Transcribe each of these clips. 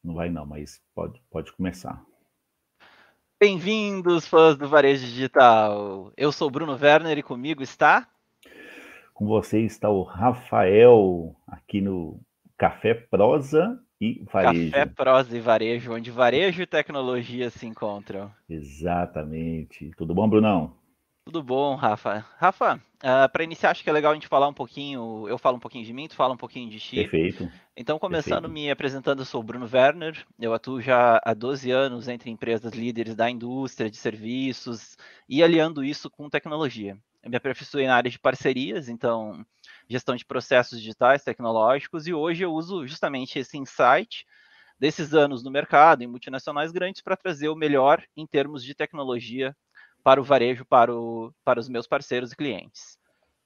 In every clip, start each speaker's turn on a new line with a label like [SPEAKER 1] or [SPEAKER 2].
[SPEAKER 1] Não vai não, mas pode começar.
[SPEAKER 2] Bem-vindos, fãs do Varejo Digital. Eu sou o Bruno Werner e comigo está
[SPEAKER 1] Com você está o Rafael, aqui no Café Prosa e
[SPEAKER 2] Café,
[SPEAKER 1] Varejo.
[SPEAKER 2] Prosa e Varejo, onde varejo e tecnologia se encontram.
[SPEAKER 1] Exatamente. Tudo bom, Brunão?
[SPEAKER 2] Tudo bom, Rafa? Rafa, para iniciar, acho que é legal a gente falar um pouquinho. Eu falo um pouquinho de mim, tu fala um pouquinho de ti.
[SPEAKER 1] Perfeito,
[SPEAKER 2] Então, começando
[SPEAKER 1] perfeito.
[SPEAKER 2] me apresentando, eu sou o Bruno Werner. Eu atuo já há 12 anos entre empresas líderes da indústria de serviços e aliando isso com tecnologia. Eu me aperfeiçoei na área de parcerias, então gestão de processos digitais tecnológicos, e hoje eu uso justamente esse insight desses anos no mercado, em multinacionais grandes, para trazer o melhor em termos de tecnologia para o varejo, para os meus parceiros e clientes.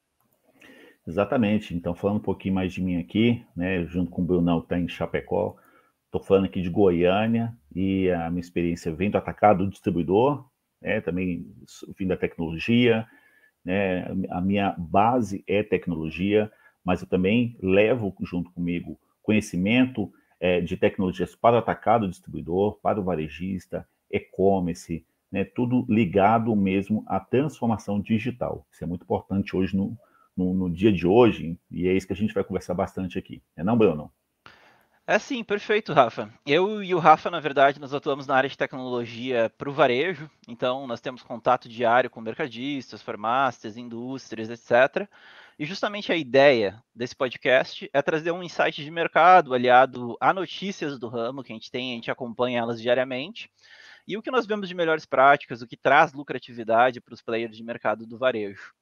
[SPEAKER 1] Exatamente. Então, falando um pouquinho mais de mim aqui, né, junto com o Brunão que está em Chapecó, estou falando aqui de Goiânia e a minha experiência vem do atacado do distribuidor, né, também vim da tecnologia, né, a minha base é tecnologia, mas eu também levo junto comigo conhecimento de tecnologias para o atacado distribuidor, para o varejista, e-commerce, né, tudo ligado mesmo à transformação digital. Isso é muito importante hoje no dia de hoje, e é isso que a gente vai conversar bastante aqui. É não, Bruno?
[SPEAKER 2] É sim, perfeito, Rafa. Eu e o Rafa, na verdade, nós atuamos na área de tecnologia para o varejo, então nós temos contato diário com mercadistas, farmácias, indústrias, etc. E justamente a ideia desse podcast é trazer um insight de mercado aliado a notícias do ramo que a gente acompanha elas diariamente, e o que nós vemos de melhores práticas, o que traz lucratividade para os players de mercado do varejo.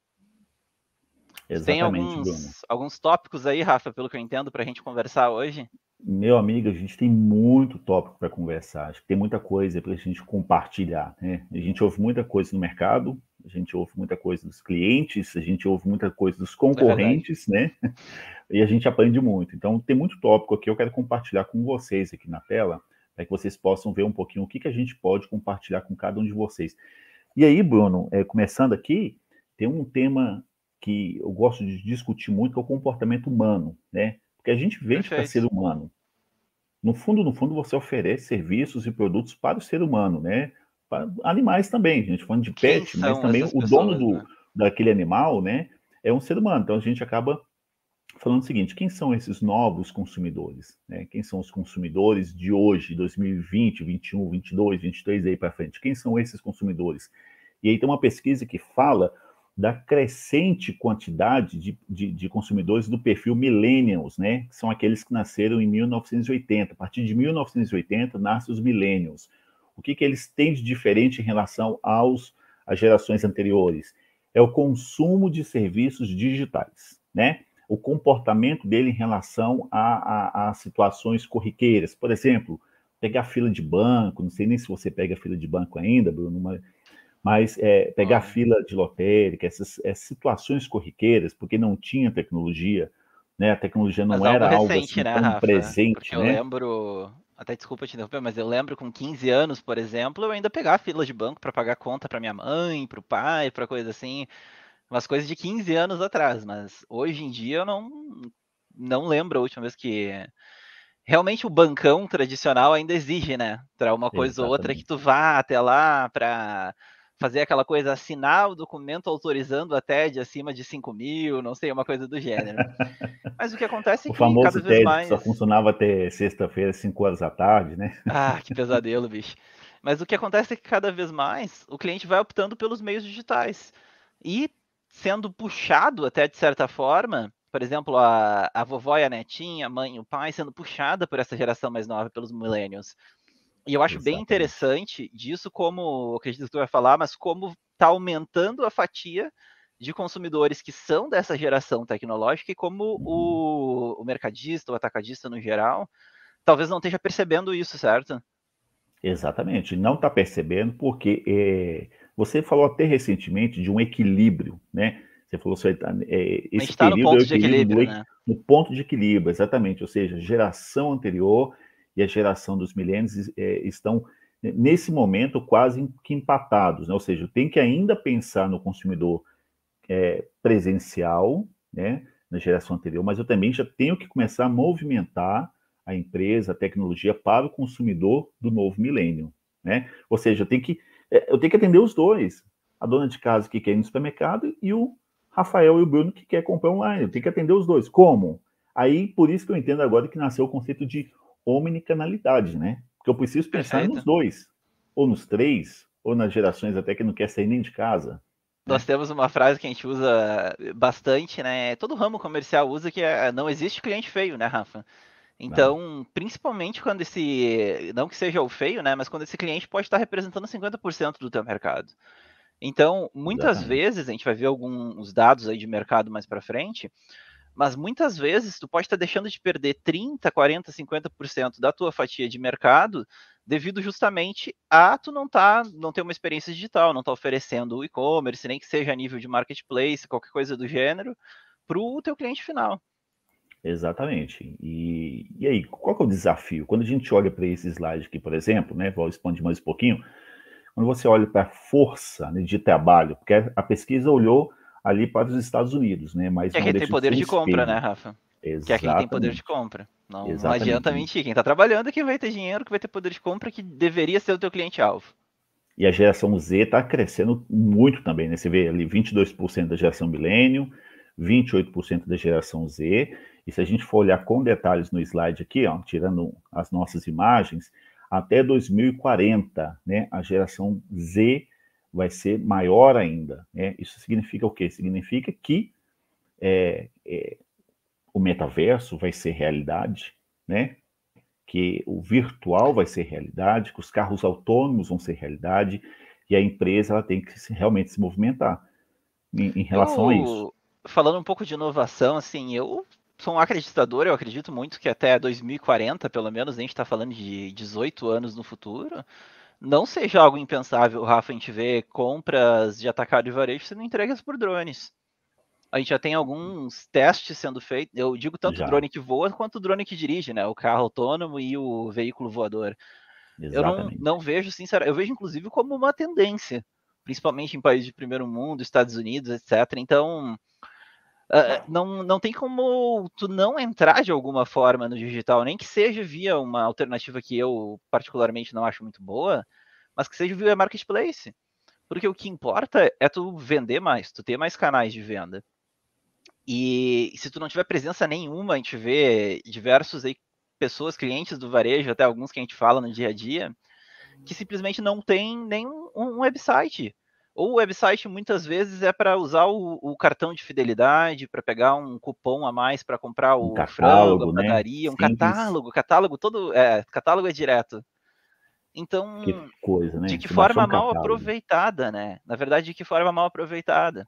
[SPEAKER 2] Tem
[SPEAKER 1] Exatamente, Bruno.
[SPEAKER 2] alguns tópicos aí, Rafa, pelo que eu entendo, para a gente conversar hoje?
[SPEAKER 1] Meu amigo, a gente tem muito tópico para conversar, acho que tem muita coisa para a gente compartilhar, né? A gente ouve muita coisa no mercado, a gente ouve muita coisa dos clientes, a gente ouve muita coisa dos
[SPEAKER 2] É verdade.
[SPEAKER 1] concorrentes, né? E a gente aprende muito. Então, tem muito tópico aqui, eu quero compartilhar com vocês aqui na tela, para que vocês possam ver um pouquinho o que a gente pode compartilhar com cada um de vocês. E aí, Bruno, começando aqui, tem um tema que eu gosto de discutir muito, que é o comportamento humano, né? Porque a gente vende para ser
[SPEAKER 2] Perfeito.
[SPEAKER 1] humano. No fundo, você oferece serviços e produtos para o ser humano, né? Para animais também, a gente falando de
[SPEAKER 2] Quem
[SPEAKER 1] pet, mas
[SPEAKER 2] são
[SPEAKER 1] também
[SPEAKER 2] essas
[SPEAKER 1] o dono
[SPEAKER 2] pessoas, né?
[SPEAKER 1] daquele animal, né, é um ser humano. Então a gente acaba falando o seguinte: quem são esses novos consumidores? Né? Quem são os consumidores de hoje, 2020, 21, 22, 23 aí para frente? Quem são esses consumidores? E aí tem uma pesquisa que fala da crescente quantidade de consumidores do perfil millennials, né? Que são aqueles que nasceram em 1980. A partir de 1980, nascem os millennials. O que eles têm de diferente em relação às gerações anteriores? É o consumo de serviços digitais, né? O comportamento dele em relação a situações corriqueiras. Por exemplo, pegar fila de banco, não sei nem se você pega fila de banco ainda, Bruno, mas pegar
[SPEAKER 2] Olha,
[SPEAKER 1] fila de lotérica, essas situações corriqueiras, porque não tinha tecnologia, né? A tecnologia
[SPEAKER 2] mas
[SPEAKER 1] não
[SPEAKER 2] algo
[SPEAKER 1] era algo
[SPEAKER 2] recente,
[SPEAKER 1] assim
[SPEAKER 2] né,
[SPEAKER 1] tão
[SPEAKER 2] Rafa? Porque
[SPEAKER 1] presente,
[SPEAKER 2] eu
[SPEAKER 1] né?
[SPEAKER 2] lembro, até desculpa te interromper, mas eu lembro com 15 anos, por exemplo, eu ainda pegar fila de banco para pagar conta para minha mãe, para o pai, para coisa assim, umas coisas de 15 anos atrás, mas hoje em dia eu não lembro a última vez que realmente o bancão tradicional ainda exige, né? Para uma coisa ou outra que tu
[SPEAKER 1] Exatamente.
[SPEAKER 2] vá até lá para fazer aquela coisa, assinar o documento autorizando a TED acima de 5.000, não sei, uma coisa do gênero. Mas o que acontece é
[SPEAKER 1] O
[SPEAKER 2] que cada
[SPEAKER 1] famoso
[SPEAKER 2] vez
[SPEAKER 1] TED, que só
[SPEAKER 2] mais.
[SPEAKER 1] funcionava até sexta-feira, 5 horas da tarde, né?
[SPEAKER 2] Ah, que pesadelo, bicho. Mas o que acontece é que cada vez mais o cliente vai optando pelos meios digitais. E sendo puxado até de certa forma, por exemplo, a vovó e a netinha, a mãe e o pai, sendo puxada por essa geração mais nova, pelos millennials. E eu acho bem
[SPEAKER 1] Exatamente.
[SPEAKER 2] interessante disso, como, acredito que tu vai falar, mas como está aumentando a fatia de consumidores que são dessa geração tecnológica e como
[SPEAKER 1] Uhum.
[SPEAKER 2] o mercadista, o atacadista no geral, talvez não esteja percebendo isso, certo?
[SPEAKER 1] Exatamente. Não está percebendo porque você falou até recentemente de um equilíbrio, né? Você falou
[SPEAKER 2] A
[SPEAKER 1] esse
[SPEAKER 2] gente está no
[SPEAKER 1] período é o
[SPEAKER 2] ponto de
[SPEAKER 1] equilíbrio
[SPEAKER 2] equilíbrio, né?
[SPEAKER 1] no ponto de equilíbrio, exatamente. Ou seja, a geração anterior e a geração dos milênios estão nesse momento quase que empatados, né? Ou seja, tem que ainda pensar no consumidor presencial, né? Na geração anterior, mas eu também já tenho que começar a movimentar a empresa, a tecnologia para o consumidor do novo milênio, né? Ou seja, eu tenho que atender os dois. A dona de casa que quer ir no supermercado e o Rafael e o Bruno que quer comprar online. Eu tenho que atender os dois. Como? Aí, por isso que eu entendo agora que nasceu o conceito de omnicanalidade, né? Porque eu preciso pensar nos
[SPEAKER 2] Perfeito.
[SPEAKER 1] dois, ou nos três, ou nas gerações até que não quer sair nem de casa,
[SPEAKER 2] Nós
[SPEAKER 1] né?
[SPEAKER 2] temos uma frase que a gente usa bastante, né? Todo ramo comercial usa que é não existe cliente feio, né, Rafa?
[SPEAKER 1] Não,
[SPEAKER 2] Então, principalmente quando esse, não que seja o feio, né, mas quando esse cliente pode estar representando 50% do teu mercado. Então, muitas
[SPEAKER 1] exatamente.
[SPEAKER 2] vezes, a gente vai ver alguns dados aí de mercado mais para frente, mas muitas vezes tu pode estar deixando de perder 30, 40, 50% da tua fatia de mercado devido justamente a tu não ter uma experiência digital, não tá oferecendo o e-commerce, nem que seja a nível de marketplace, qualquer coisa do gênero, para o teu cliente final.
[SPEAKER 1] Exatamente. E aí, qual que é o desafio? Quando a gente olha para esse slide aqui, por exemplo, né, vou expandir mais um pouquinho, quando você olha para a força, né, de trabalho, porque a pesquisa olhou ali para os Estados Unidos, né, mas
[SPEAKER 2] Que é
[SPEAKER 1] não
[SPEAKER 2] quem tem
[SPEAKER 1] deixa de ser
[SPEAKER 2] poder
[SPEAKER 1] um
[SPEAKER 2] de compra, né,
[SPEAKER 1] espelho.
[SPEAKER 2] Rafa? Que é quem tem poder de
[SPEAKER 1] Exatamente,
[SPEAKER 2] compra. Não
[SPEAKER 1] exatamente.
[SPEAKER 2] adianta mentir. Quem está trabalhando é quem vai ter dinheiro, que vai ter poder de compra, que deveria ser o teu cliente-alvo.
[SPEAKER 1] E a geração Z está crescendo muito também, né? Você vê ali 22% da geração milênio, 28% da geração Z. E se a gente for olhar com detalhes no slide aqui, ó, tirando as nossas imagens, até 2040, né, a geração Z vai ser maior ainda, né? Isso significa o quê? Significa que o metaverso vai ser realidade, né? Que o virtual vai ser realidade, que os carros autônomos vão ser realidade, e a empresa ela tem que realmente se movimentar em relação a isso.
[SPEAKER 2] Eu, falando um pouco de inovação, assim, eu sou um acreditador, eu acredito muito que até 2040, pelo menos, a gente está falando de 18 anos no futuro, não seja algo impensável, Rafa, a gente vê compras de atacado e varejo sendo entregues por drones. A gente já tem alguns testes sendo feitos. Eu digo tanto o
[SPEAKER 1] Já,
[SPEAKER 2] drone que voa quanto o drone que dirige, né? O carro autônomo e o veículo voador. Eu não
[SPEAKER 1] exatamente.
[SPEAKER 2] vejo, sinceramente, eu vejo inclusive como uma tendência, principalmente em países de primeiro mundo, Estados Unidos, etc. Então, não tem como tu não entrar de alguma forma no digital, nem que seja via uma alternativa que eu particularmente não acho muito boa, mas que seja via marketplace. Porque o que importa é tu vender mais, tu ter mais canais de venda. E se tu não tiver presença nenhuma, a gente vê diversos aí pessoas, clientes do varejo, até alguns que a gente fala no dia a dia, que simplesmente não tem nem um website. Ou o website muitas vezes é para usar o cartão de fidelidade, para pegar um cupom a mais para comprar
[SPEAKER 1] Um
[SPEAKER 2] o frango, a
[SPEAKER 1] catálogo, né?
[SPEAKER 2] padaria, um
[SPEAKER 1] Simples,
[SPEAKER 2] catálogo todo, catálogo é direto.
[SPEAKER 1] que
[SPEAKER 2] Então,
[SPEAKER 1] coisa,
[SPEAKER 2] de
[SPEAKER 1] né?
[SPEAKER 2] que
[SPEAKER 1] Você baixou
[SPEAKER 2] forma
[SPEAKER 1] um
[SPEAKER 2] mal
[SPEAKER 1] catálogo.
[SPEAKER 2] aproveitada, né? Na verdade, de que forma mal aproveitada.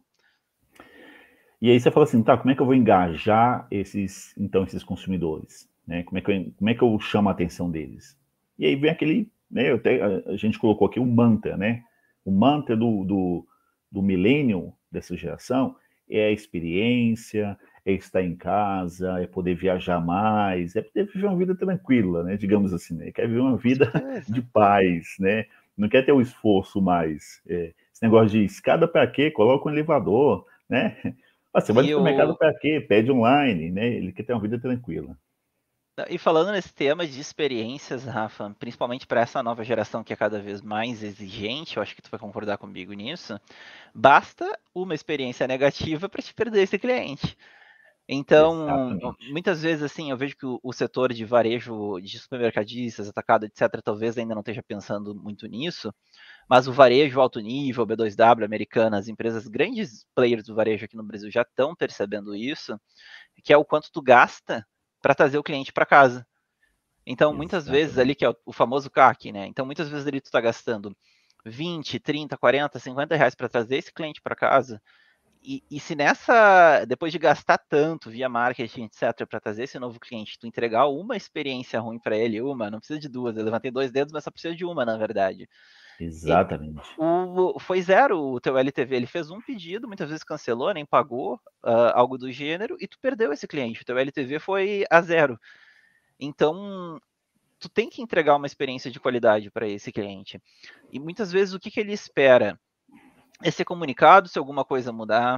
[SPEAKER 1] E aí você fala assim, tá, como é que eu vou engajar esses consumidores? Né? Como é que eu chamo a atenção deles? E aí vem aquele, né, a gente colocou aqui um mantra, né? O mantra do millennial dessa geração é a experiência, é estar em casa, é poder viajar mais, é poder viver uma vida tranquila, né? Digamos assim, né? Quer viver uma
[SPEAKER 2] Com
[SPEAKER 1] vida de
[SPEAKER 2] certeza.
[SPEAKER 1] paz, né? Não quer ter um esforço mais. Esse negócio de escada para quê? Coloca um elevador, né? Ah, você vai no
[SPEAKER 2] E
[SPEAKER 1] supermercado
[SPEAKER 2] o,
[SPEAKER 1] para quê? Pede online, né? Ele quer ter uma vida tranquila.
[SPEAKER 2] E falando nesse tema de experiências, Rafa, principalmente para essa nova geração que é cada vez mais exigente, eu acho que tu vai concordar comigo nisso, basta uma experiência negativa para te perder esse cliente. Então,
[SPEAKER 1] Exatamente.
[SPEAKER 2] muitas vezes, assim, eu vejo que o setor de varejo, de supermercadistas, atacado, etc., talvez ainda não esteja pensando muito nisso, mas o varejo alto nível, B2W, Americanas, empresas grandes players do varejo aqui no Brasil já estão percebendo isso, que é o quanto tu gasta para trazer o cliente para casa. Então, muitas vezes ali, que
[SPEAKER 1] Exatamente.
[SPEAKER 2] é o famoso CAC, né? Então, muitas vezes ali tu está gastando 20, 30, 40, 50 reais para trazer esse cliente para casa. E se depois de gastar tanto via marketing, etc., para trazer esse novo cliente, tu entregar uma experiência ruim para ele, não precisa de duas, eu levantei dois dedos, mas só precisa de uma, na verdade. E,
[SPEAKER 1] Exatamente.
[SPEAKER 2] foi zero o teu LTV, ele fez um pedido, muitas vezes cancelou, nem pagou, algo do gênero, e tu perdeu esse cliente, o teu LTV foi a zero. Então, tu tem que entregar uma experiência de qualidade para esse cliente. E muitas vezes o que ele espera é ser comunicado se alguma coisa mudar,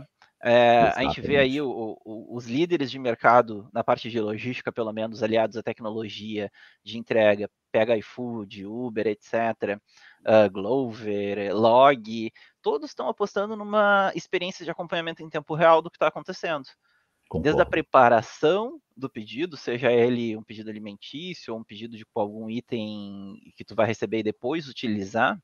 [SPEAKER 2] A gente vê aí
[SPEAKER 1] Exatamente.
[SPEAKER 2] os líderes de mercado na parte de logística, pelo menos aliados à tecnologia de entrega, pega iFood, Uber, etc., Glover, Log, todos estão apostando numa experiência de acompanhamento em tempo real do que está acontecendo. Desde a
[SPEAKER 1] Concordo.
[SPEAKER 2] preparação do pedido, seja ele um pedido alimentício ou um pedido de algum item que tu vai receber e depois utilizar,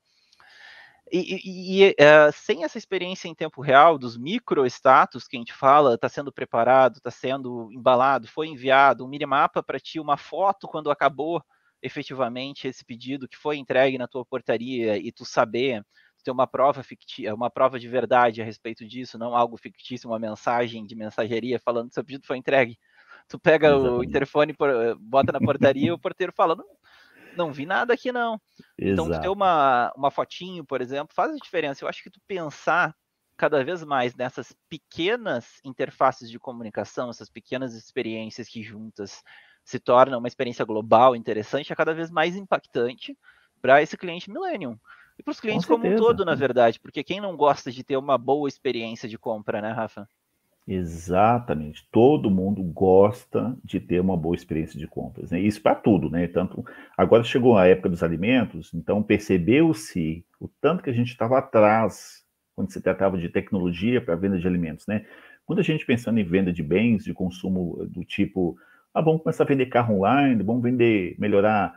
[SPEAKER 2] sem essa experiência em tempo real, dos microstatus que a gente fala, está sendo preparado, está sendo embalado, foi enviado, um minimapa para ti, uma foto quando acabou efetivamente esse pedido que foi entregue na tua portaria e tu saber, ter uma prova fictícia, uma prova de verdade a respeito disso, não algo fictício, uma mensagem de mensageria falando que seu pedido foi entregue. Tu pega o
[SPEAKER 1] Exatamente.
[SPEAKER 2] interfone, bota na portaria e o porteiro fala, não vi nada aqui não. Então, tu ter
[SPEAKER 1] Exato.
[SPEAKER 2] uma fotinho, por exemplo, faz a diferença. Eu acho que tu pensar cada vez mais nessas pequenas interfaces de comunicação, essas pequenas experiências que juntas se tornam uma experiência global interessante, é cada vez mais impactante para esse cliente Millennium. E para os
[SPEAKER 1] Com
[SPEAKER 2] clientes como um
[SPEAKER 1] certeza.
[SPEAKER 2] todo, na verdade, porque quem não gosta de ter uma boa experiência de compra, né, Rafa?
[SPEAKER 1] Exatamente. Todo mundo gosta de ter uma boa experiência de compras, né? Isso para tudo, né? Tanto agora chegou a época dos alimentos, então percebeu-se o tanto que a gente estava atrás quando se tratava de tecnologia para a venda de alimentos, né? Muita gente pensando em venda de bens de consumo do tipo, vamos começar a vender carro online, vamos vender, melhorar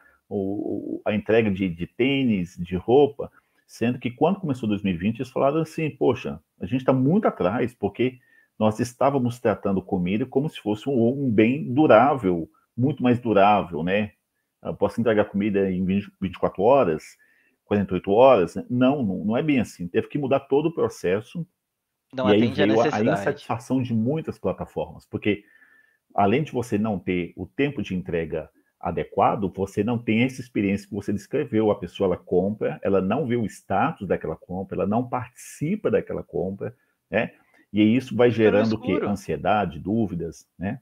[SPEAKER 1] a entrega de tênis, de roupa, sendo que quando começou 2020 eles falaram assim, poxa, a gente está muito atrás, porque nós estávamos tratando comida como se fosse um bem durável, muito mais durável, né? Eu posso entregar comida em 24 horas, 48 horas? Né? Não é bem assim. Teve que mudar todo o processo
[SPEAKER 2] Não
[SPEAKER 1] e aí
[SPEAKER 2] atende à
[SPEAKER 1] veio a
[SPEAKER 2] necessidade.
[SPEAKER 1] insatisfação de muitas plataformas, porque além de você não ter o tempo de entrega adequado, você não tem essa experiência que você descreveu. A pessoa ela compra, ela não vê o status daquela compra, ela não participa daquela compra, né? E isso vai
[SPEAKER 2] Fica no
[SPEAKER 1] gerando o quê?
[SPEAKER 2] escuro.
[SPEAKER 1] Ansiedade, dúvidas, né?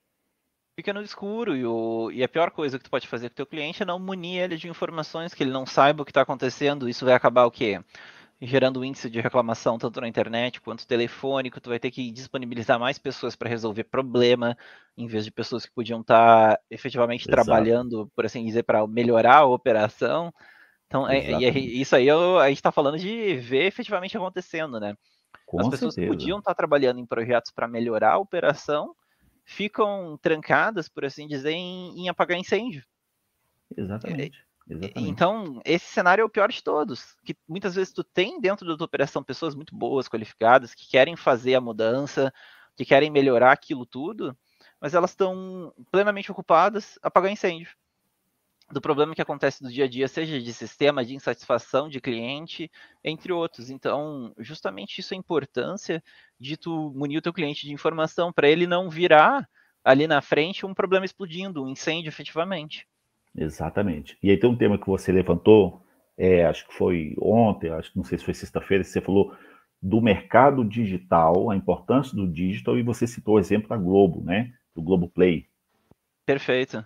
[SPEAKER 2] Fica no escuro e a pior coisa que tu pode fazer com o teu cliente é não munir ele de informações que ele não saiba o que está acontecendo. Isso vai acabar o quê? Gerando um índice de reclamação tanto na internet quanto telefônico. Tu vai ter que disponibilizar mais pessoas para resolver problema, em vez de pessoas que podiam estar efetivamente
[SPEAKER 1] Exato,
[SPEAKER 2] trabalhando, por assim dizer, para melhorar a operação. Então,
[SPEAKER 1] exatamente.
[SPEAKER 2] isso aí a gente está falando de ver efetivamente acontecendo, né? As
[SPEAKER 1] Com
[SPEAKER 2] pessoas que
[SPEAKER 1] certeza.
[SPEAKER 2] podiam estar trabalhando em projetos para melhorar a operação ficam trancadas, por assim dizer, em apagar incêndio.
[SPEAKER 1] Exatamente. Exatamente.
[SPEAKER 2] Então, esse cenário é o pior de todos, que muitas vezes tu tem dentro da tua operação pessoas muito boas, qualificadas, que querem fazer a mudança, que querem melhorar aquilo tudo, mas elas estão plenamente ocupadas a apagar incêndio. Do problema que acontece do dia a dia, seja de sistema, de insatisfação de cliente, entre outros. Então, justamente isso é a importância de tu munir o teu cliente de informação para ele não virar ali na frente um problema explodindo, um incêndio efetivamente.
[SPEAKER 1] Exatamente. E aí tem um tema que você levantou, acho que foi ontem, acho que não sei se foi sexta-feira, você falou do mercado digital, a importância do digital, e você citou o exemplo da Globo, né? Do Globoplay,
[SPEAKER 2] Perfeito.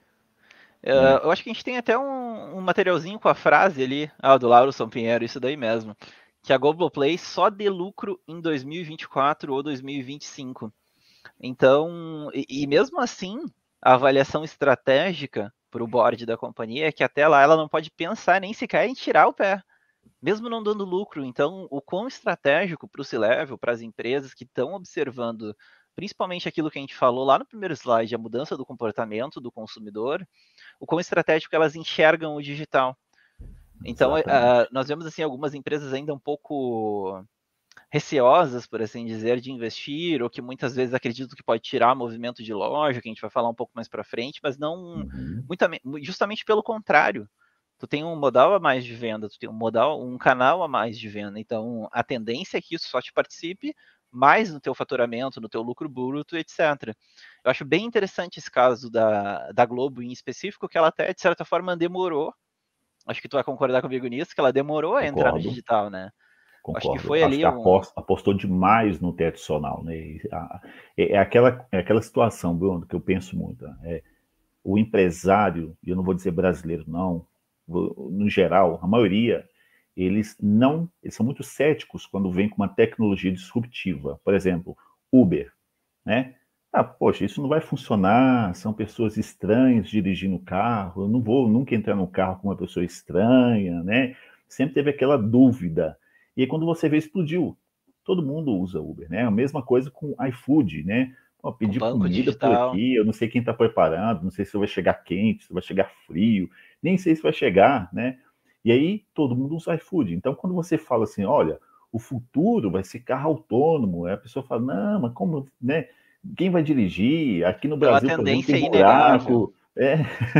[SPEAKER 1] né?
[SPEAKER 2] Eu acho que a gente tem até um materialzinho com a frase ali, do Lauro São Pinheiro, isso daí mesmo, que a Globoplay só dê lucro em 2024 ou 2025. Então, e mesmo assim, a avaliação estratégica para o board da companhia é que até lá ela não pode pensar nem sequer em tirar o pé, mesmo não dando lucro. Então, o quão estratégico para o C-Level, para as empresas que estão observando, principalmente aquilo que a gente falou lá no primeiro slide, a mudança do comportamento do consumidor, o quão estratégico elas enxergam o digital. Então,
[SPEAKER 1] Exatamente.
[SPEAKER 2] nós vemos assim algumas empresas ainda um pouco receosas, por assim dizer, de investir, ou que muitas vezes acreditam que pode tirar movimento de loja, que a gente vai falar um pouco mais para frente, mas não,
[SPEAKER 1] Uhum.
[SPEAKER 2] justamente pelo contrário. Tu tem um modal a mais de venda, tu tem um canal a mais de venda. Então, a tendência é que isso só te participe mais no teu faturamento, no teu lucro bruto, etc. Eu acho bem interessante esse caso da Globo em específico, que ela até, de certa forma, demorou. Acho que tu vai concordar comigo nisso, que ela demorou a entrar no
[SPEAKER 1] Concordo,
[SPEAKER 2] digital, né? Acho que
[SPEAKER 1] concordo.
[SPEAKER 2] foi
[SPEAKER 1] Acho
[SPEAKER 2] ali
[SPEAKER 1] que apostou demais no tradicional, né? É aquela situação, Bruno, que eu penso muito. O empresário, e eu não vou dizer brasileiro, não, no geral, a maioria, eles são muito céticos quando vem com uma tecnologia disruptiva. Por exemplo, Uber, né? Ah, poxa, isso não vai funcionar, são pessoas estranhas dirigindo o carro, eu não vou nunca entrar no carro com uma pessoa estranha, né? Sempre teve aquela dúvida. E aí quando você vê, explodiu. Todo mundo usa Uber, né? A mesma coisa com iFood, né? Pô,
[SPEAKER 2] Com
[SPEAKER 1] pedir
[SPEAKER 2] banco
[SPEAKER 1] comida por
[SPEAKER 2] digital.
[SPEAKER 1] aqui, eu não sei quem está preparando, não sei se vai chegar quente, se vai chegar frio, nem sei se vai chegar, né? E aí todo mundo usa iFood. Então quando você fala assim, olha, o futuro vai ser carro autônomo, aí a pessoa fala, não, mas como, né? Quem vai dirigir? Aqui no
[SPEAKER 2] É uma
[SPEAKER 1] Brasil, por exemplo, tem
[SPEAKER 2] tendência inegável.
[SPEAKER 1] buraco. É.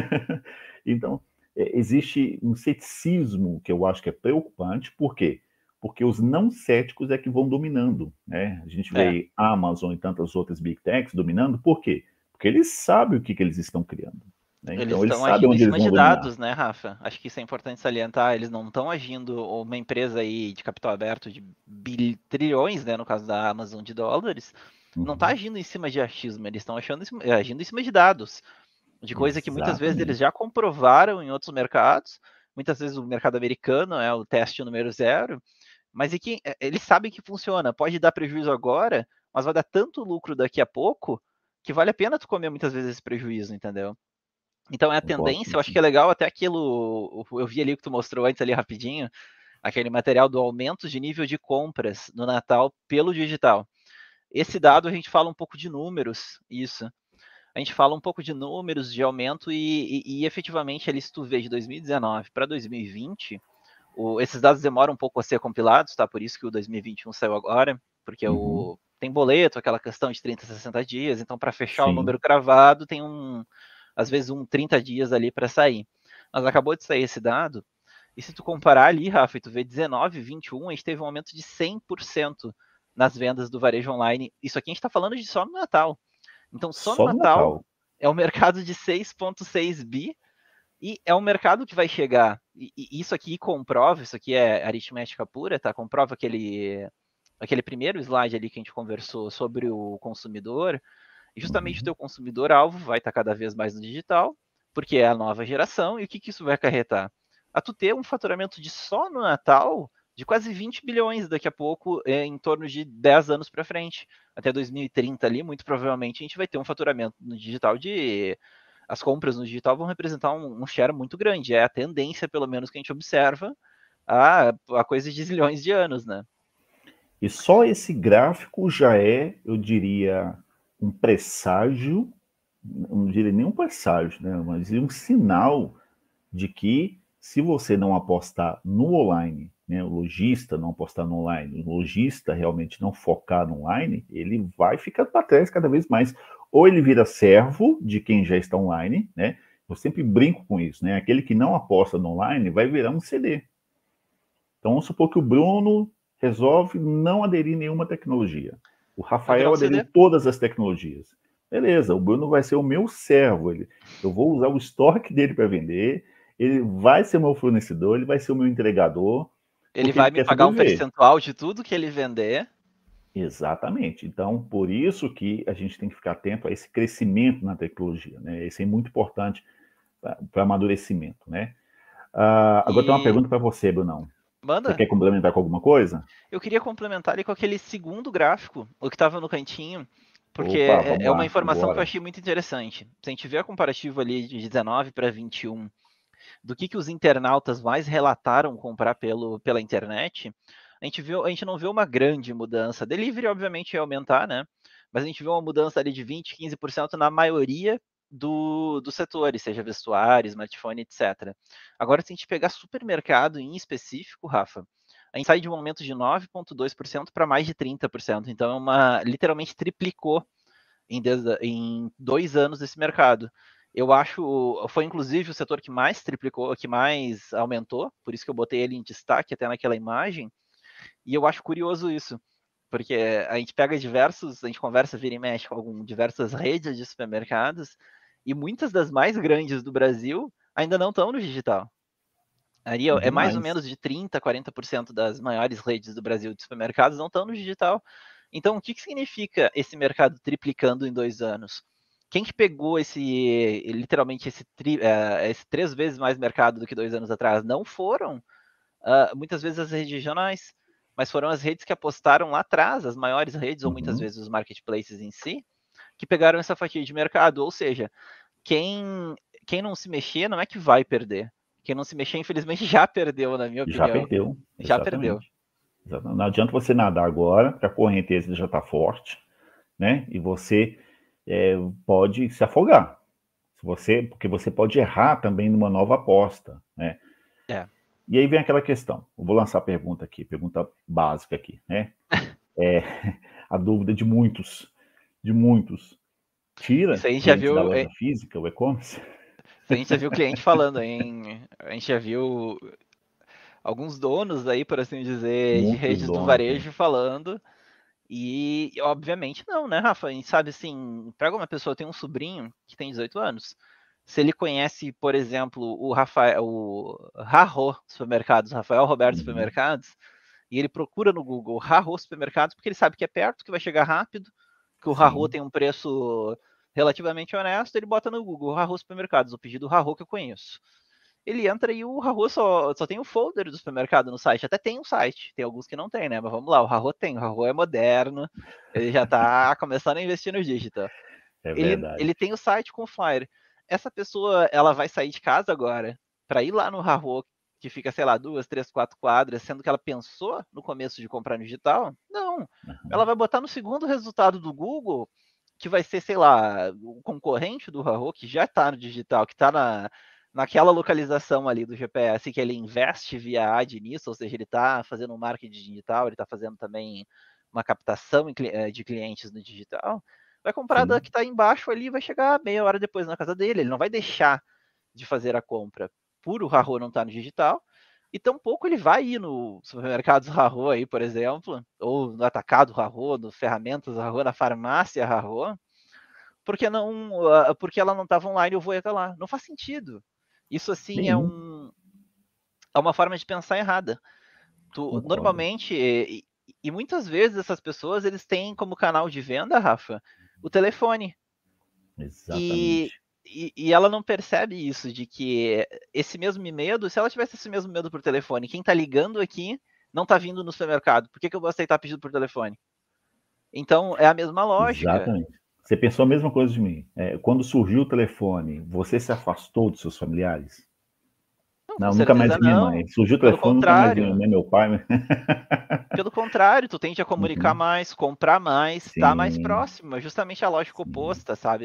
[SPEAKER 1] Então, existe um ceticismo que eu acho que é preocupante. Por quê? Porque os não céticos é que vão dominando, né? A gente
[SPEAKER 2] É.
[SPEAKER 1] vê a Amazon e tantas outras big techs dominando. Por quê? Porque eles sabem o que, que eles estão criando, né?
[SPEAKER 2] Eles
[SPEAKER 1] Então, eles
[SPEAKER 2] estão
[SPEAKER 1] sabem
[SPEAKER 2] agindo em
[SPEAKER 1] onde eles
[SPEAKER 2] cima
[SPEAKER 1] vão
[SPEAKER 2] de
[SPEAKER 1] dominar.
[SPEAKER 2] dados, né, Rafa? Acho que isso é importante salientar. Eles não estão agindo, uma empresa aí de capital aberto de trilhões, né, no caso da Amazon, de dólares, não está
[SPEAKER 1] Uhum.
[SPEAKER 2] agindo em cima de achismo, eles estão agindo em cima de dados, de coisa que muitas vezes eles
[SPEAKER 1] Exatamente.
[SPEAKER 2] já comprovaram em outros mercados. Muitas vezes o mercado americano é o teste número zero, mas eles sabem que funciona. Pode dar prejuízo agora, mas vai dar tanto lucro daqui a pouco que vale a pena tu comer muitas vezes esse prejuízo, entendeu? Então é a
[SPEAKER 1] Concordo
[SPEAKER 2] tendência, eu acho que
[SPEAKER 1] contigo.
[SPEAKER 2] é legal até aquilo, eu vi ali o que tu mostrou antes ali rapidinho, aquele material do aumento de nível de compras no Natal pelo digital. Esse dado a gente fala um pouco de números, isso. A gente fala um pouco de números de aumento e efetivamente ali se tu vê de 2019 para 2020, esses dados demoram um pouco a ser compilados, tá? Por isso que o 2021 saiu agora, porque
[SPEAKER 1] Uhum.
[SPEAKER 2] tem boleto, aquela questão de 30, 60 dias, então para fechar o número
[SPEAKER 1] Sim.
[SPEAKER 2] cravado tem às vezes 30 dias ali para sair. Mas acabou de sair esse dado, e se tu comparar ali, Rafa, e tu vê 19, 21, a gente teve um aumento de 100% nas vendas do varejo online. Isso aqui a gente está falando de só no Natal. Então, só no
[SPEAKER 1] Só no
[SPEAKER 2] Natal
[SPEAKER 1] Natal.
[SPEAKER 2] é um mercado de 6,6 bi e é um mercado que vai chegar. E isso aqui comprova, isso aqui é aritmética pura, tá? Comprova aquele primeiro slide ali que a gente conversou sobre o consumidor. E justamente o
[SPEAKER 1] Uhum.
[SPEAKER 2] teu consumidor-alvo vai estar cada vez mais no digital, porque é a nova geração. E o que, que isso vai acarretar? A tu ter um faturamento de só no Natal de quase 20 bilhões daqui a pouco, em torno de 10 anos para frente. Até 2030 ali, muito provavelmente a gente vai ter um faturamento no digital de as compras no digital vão representar um share muito grande. É a tendência, pelo menos, que a gente observa há coisa de zilhões de anos, né?
[SPEAKER 1] E só esse gráfico já é, eu diria, um presságio, não diria nem um presságio, né, mas um sinal de que se você não apostar no online, né, o lojista não apostar no online, o lojista realmente não focar no online, ele vai ficar para trás cada vez mais. Ou ele vira servo de quem já está online, né? Eu sempre brinco com isso, né? Aquele que não aposta no online vai virar um CD. Então, vamos supor que o Bruno resolve não aderir a nenhuma tecnologia. O
[SPEAKER 2] Vai virar
[SPEAKER 1] Rafael
[SPEAKER 2] um
[SPEAKER 1] aderiu
[SPEAKER 2] CD.
[SPEAKER 1] todas as tecnologias. Beleza, o Bruno vai ser o meu servo. Eu vou usar o estoque dele para vender, ele vai ser meu fornecedor, ele vai ser o meu entregador,
[SPEAKER 2] Ele
[SPEAKER 1] porque
[SPEAKER 2] vai
[SPEAKER 1] ele
[SPEAKER 2] me
[SPEAKER 1] quer
[SPEAKER 2] pagar um
[SPEAKER 1] sobreviver.
[SPEAKER 2] percentual de tudo que ele vender.
[SPEAKER 1] Exatamente. Então, por isso que a gente tem que ficar atento a esse crescimento na tecnologia, né? Isso é muito importante para amadurecimento, né? Agora tem uma
[SPEAKER 2] E
[SPEAKER 1] pergunta para você, Brunão. Você
[SPEAKER 2] manda.
[SPEAKER 1] quer complementar com alguma coisa?
[SPEAKER 2] Eu queria complementar ali com aquele segundo gráfico, o que estava no cantinho, porque
[SPEAKER 1] Opa, vamos
[SPEAKER 2] é uma
[SPEAKER 1] lá,
[SPEAKER 2] informação que eu
[SPEAKER 1] embora.
[SPEAKER 2] achei muito interessante. Se a gente vê a comparativo ali de 19 para 21, do que os internautas mais relataram comprar pela internet, a gente não vê uma grande mudança. Delivery, obviamente, ia aumentar, né? Mas a gente vê uma mudança ali de 20, 15% na maioria dos setores, seja vestuário, smartphone, etc. Agora, se a gente pegar supermercado em específico, Rafa, a gente sai de um aumento de 9,2% para mais de 30%. Então, literalmente triplicou em 2 anos desse mercado. Eu acho, foi inclusive o setor que mais triplicou, que mais aumentou, por isso que eu botei ele em destaque até naquela imagem, e eu acho curioso isso, porque a gente pega a gente conversa, vira e mexe com diversas redes de supermercados, e muitas das mais grandes do Brasil ainda não estão no digital. Ali é mais ou
[SPEAKER 1] Demais.
[SPEAKER 2] menos de 30, 40% das maiores redes do Brasil de supermercados não estão no digital. Então, o que significa esse mercado triplicando em 2 anos? Quem que pegou literalmente esse 3 vezes mais mercado do que 2 anos atrás? Não foram muitas vezes as redes regionais, mas foram as redes que apostaram lá atrás, as maiores redes, ou muitas vezes os marketplaces em si, que pegaram essa fatia de mercado. Ou seja, quem não se mexer não é que vai perder. Quem não se mexer, infelizmente, já perdeu, na minha
[SPEAKER 1] Já
[SPEAKER 2] opinião.
[SPEAKER 1] perdeu,
[SPEAKER 2] Já perdeu.
[SPEAKER 1] exatamente. Não adianta você nadar agora, que a correnteza já está forte, né? E você pode se afogar. Porque você pode errar também numa nova aposta, né?
[SPEAKER 2] É.
[SPEAKER 1] E aí vem aquela questão. Eu vou lançar a pergunta aqui, pergunta básica aqui, né? A dúvida de muitos. Tira
[SPEAKER 2] Isso aí a gente já
[SPEAKER 1] clientes da
[SPEAKER 2] viu.
[SPEAKER 1] loja física, o e-commerce?
[SPEAKER 2] Isso a gente já viu cliente falando, hein? A gente já viu alguns donos aí, por assim dizer, de
[SPEAKER 1] Muitos
[SPEAKER 2] redes do
[SPEAKER 1] donos, né?
[SPEAKER 2] varejo falando. E obviamente não, né, Rafa? A gente sabe assim, pega uma pessoa, tem um sobrinho que tem 18 anos. Se ele conhece, por exemplo, o Rafael, o Rarro Supermercados, Rafael Roberto Supermercados, e ele procura no Google Rarro Supermercados, porque ele sabe que é perto, que vai chegar rápido, que o Rarro
[SPEAKER 1] Sim.
[SPEAKER 2] tem um preço relativamente honesto, ele bota no Google Rarro Supermercados, o pedido Rarro que eu conheço. Ele entra e o Rarro só tem o folder do supermercado no site. Até tem um site, tem alguns que não tem, né? Mas vamos lá, o Rarro tem, o Rarro é moderno, ele já tá começando a investir no digital.
[SPEAKER 1] É verdade.
[SPEAKER 2] Ele tem o site com o flyer. Essa pessoa, ela vai sair de casa agora para ir lá no Rarro, que fica, sei lá, 2, 3, 4 quadras, sendo que ela pensou no começo de comprar no digital? Não. Ela vai botar no segundo resultado do Google, que vai ser, sei lá, o concorrente do Rarro, que já está no digital, que está naquela localização ali do GPS, que ele investe via ad nisso, ou seja, ele está fazendo um marketing digital, ele está fazendo também uma captação de clientes no digital, vai comprar da
[SPEAKER 1] Sim.
[SPEAKER 2] que está embaixo ali e vai chegar meia hora depois na casa dele. Ele não vai deixar de fazer a compra por o Rarro não estar tá no digital, e tampouco ele vai ir no supermercado Rarro aí, por exemplo, ou no atacado Rarro, no ferramentas Rarro, na farmácia Rarro, porque ela não estava online, eu vou até lá. Não faz sentido. Isso assim é
[SPEAKER 1] Nenhum.
[SPEAKER 2] uma forma de pensar errada.
[SPEAKER 1] Concordo.
[SPEAKER 2] Normalmente, e muitas vezes essas pessoas eles têm como canal de venda, Rafa, o telefone. E,
[SPEAKER 1] Exatamente.
[SPEAKER 2] e ela não percebe isso, de que esse mesmo medo, se ela tivesse esse mesmo medo por telefone, quem está ligando aqui não está vindo no supermercado. Por que eu vou aceitar pedido por telefone? Então, é a mesma lógica.
[SPEAKER 1] Exatamente. Você pensou a mesma coisa de mim. Quando surgiu o telefone, você se afastou dos seus familiares?
[SPEAKER 2] Não, com
[SPEAKER 1] Não, nunca mais
[SPEAKER 2] certeza
[SPEAKER 1] vi minha mãe.
[SPEAKER 2] não.
[SPEAKER 1] Surgiu o
[SPEAKER 2] Pelo
[SPEAKER 1] telefone, nunca mais vi
[SPEAKER 2] contrário.
[SPEAKER 1] nem meu pai.
[SPEAKER 2] Pelo contrário, tu tende a comunicar
[SPEAKER 1] Uhum.
[SPEAKER 2] mais, comprar mais, estar mais
[SPEAKER 1] Sim,
[SPEAKER 2] próximo. É justamente a lógica
[SPEAKER 1] sim.
[SPEAKER 2] oposta, sabe?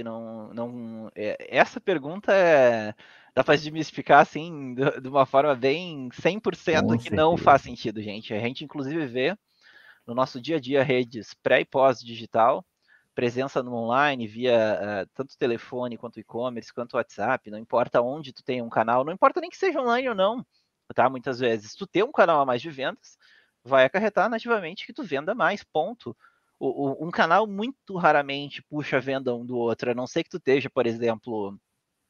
[SPEAKER 2] Essa pergunta dá pra desmistificar assim, de uma forma bem 100%
[SPEAKER 1] Com
[SPEAKER 2] que não faz
[SPEAKER 1] certeza.
[SPEAKER 2] sentido, gente. A gente, inclusive, vê no nosso dia a dia redes pré e pós-digital, presença no online via tanto telefone quanto e-commerce, quanto WhatsApp, não importa onde tu tem um canal, não importa nem que seja online ou não, tá? Muitas vezes, tu ter um canal a mais de vendas vai acarretar nativamente que tu venda mais, ponto. Um canal muito raramente puxa a venda um do outro, a não ser que tu esteja, por exemplo,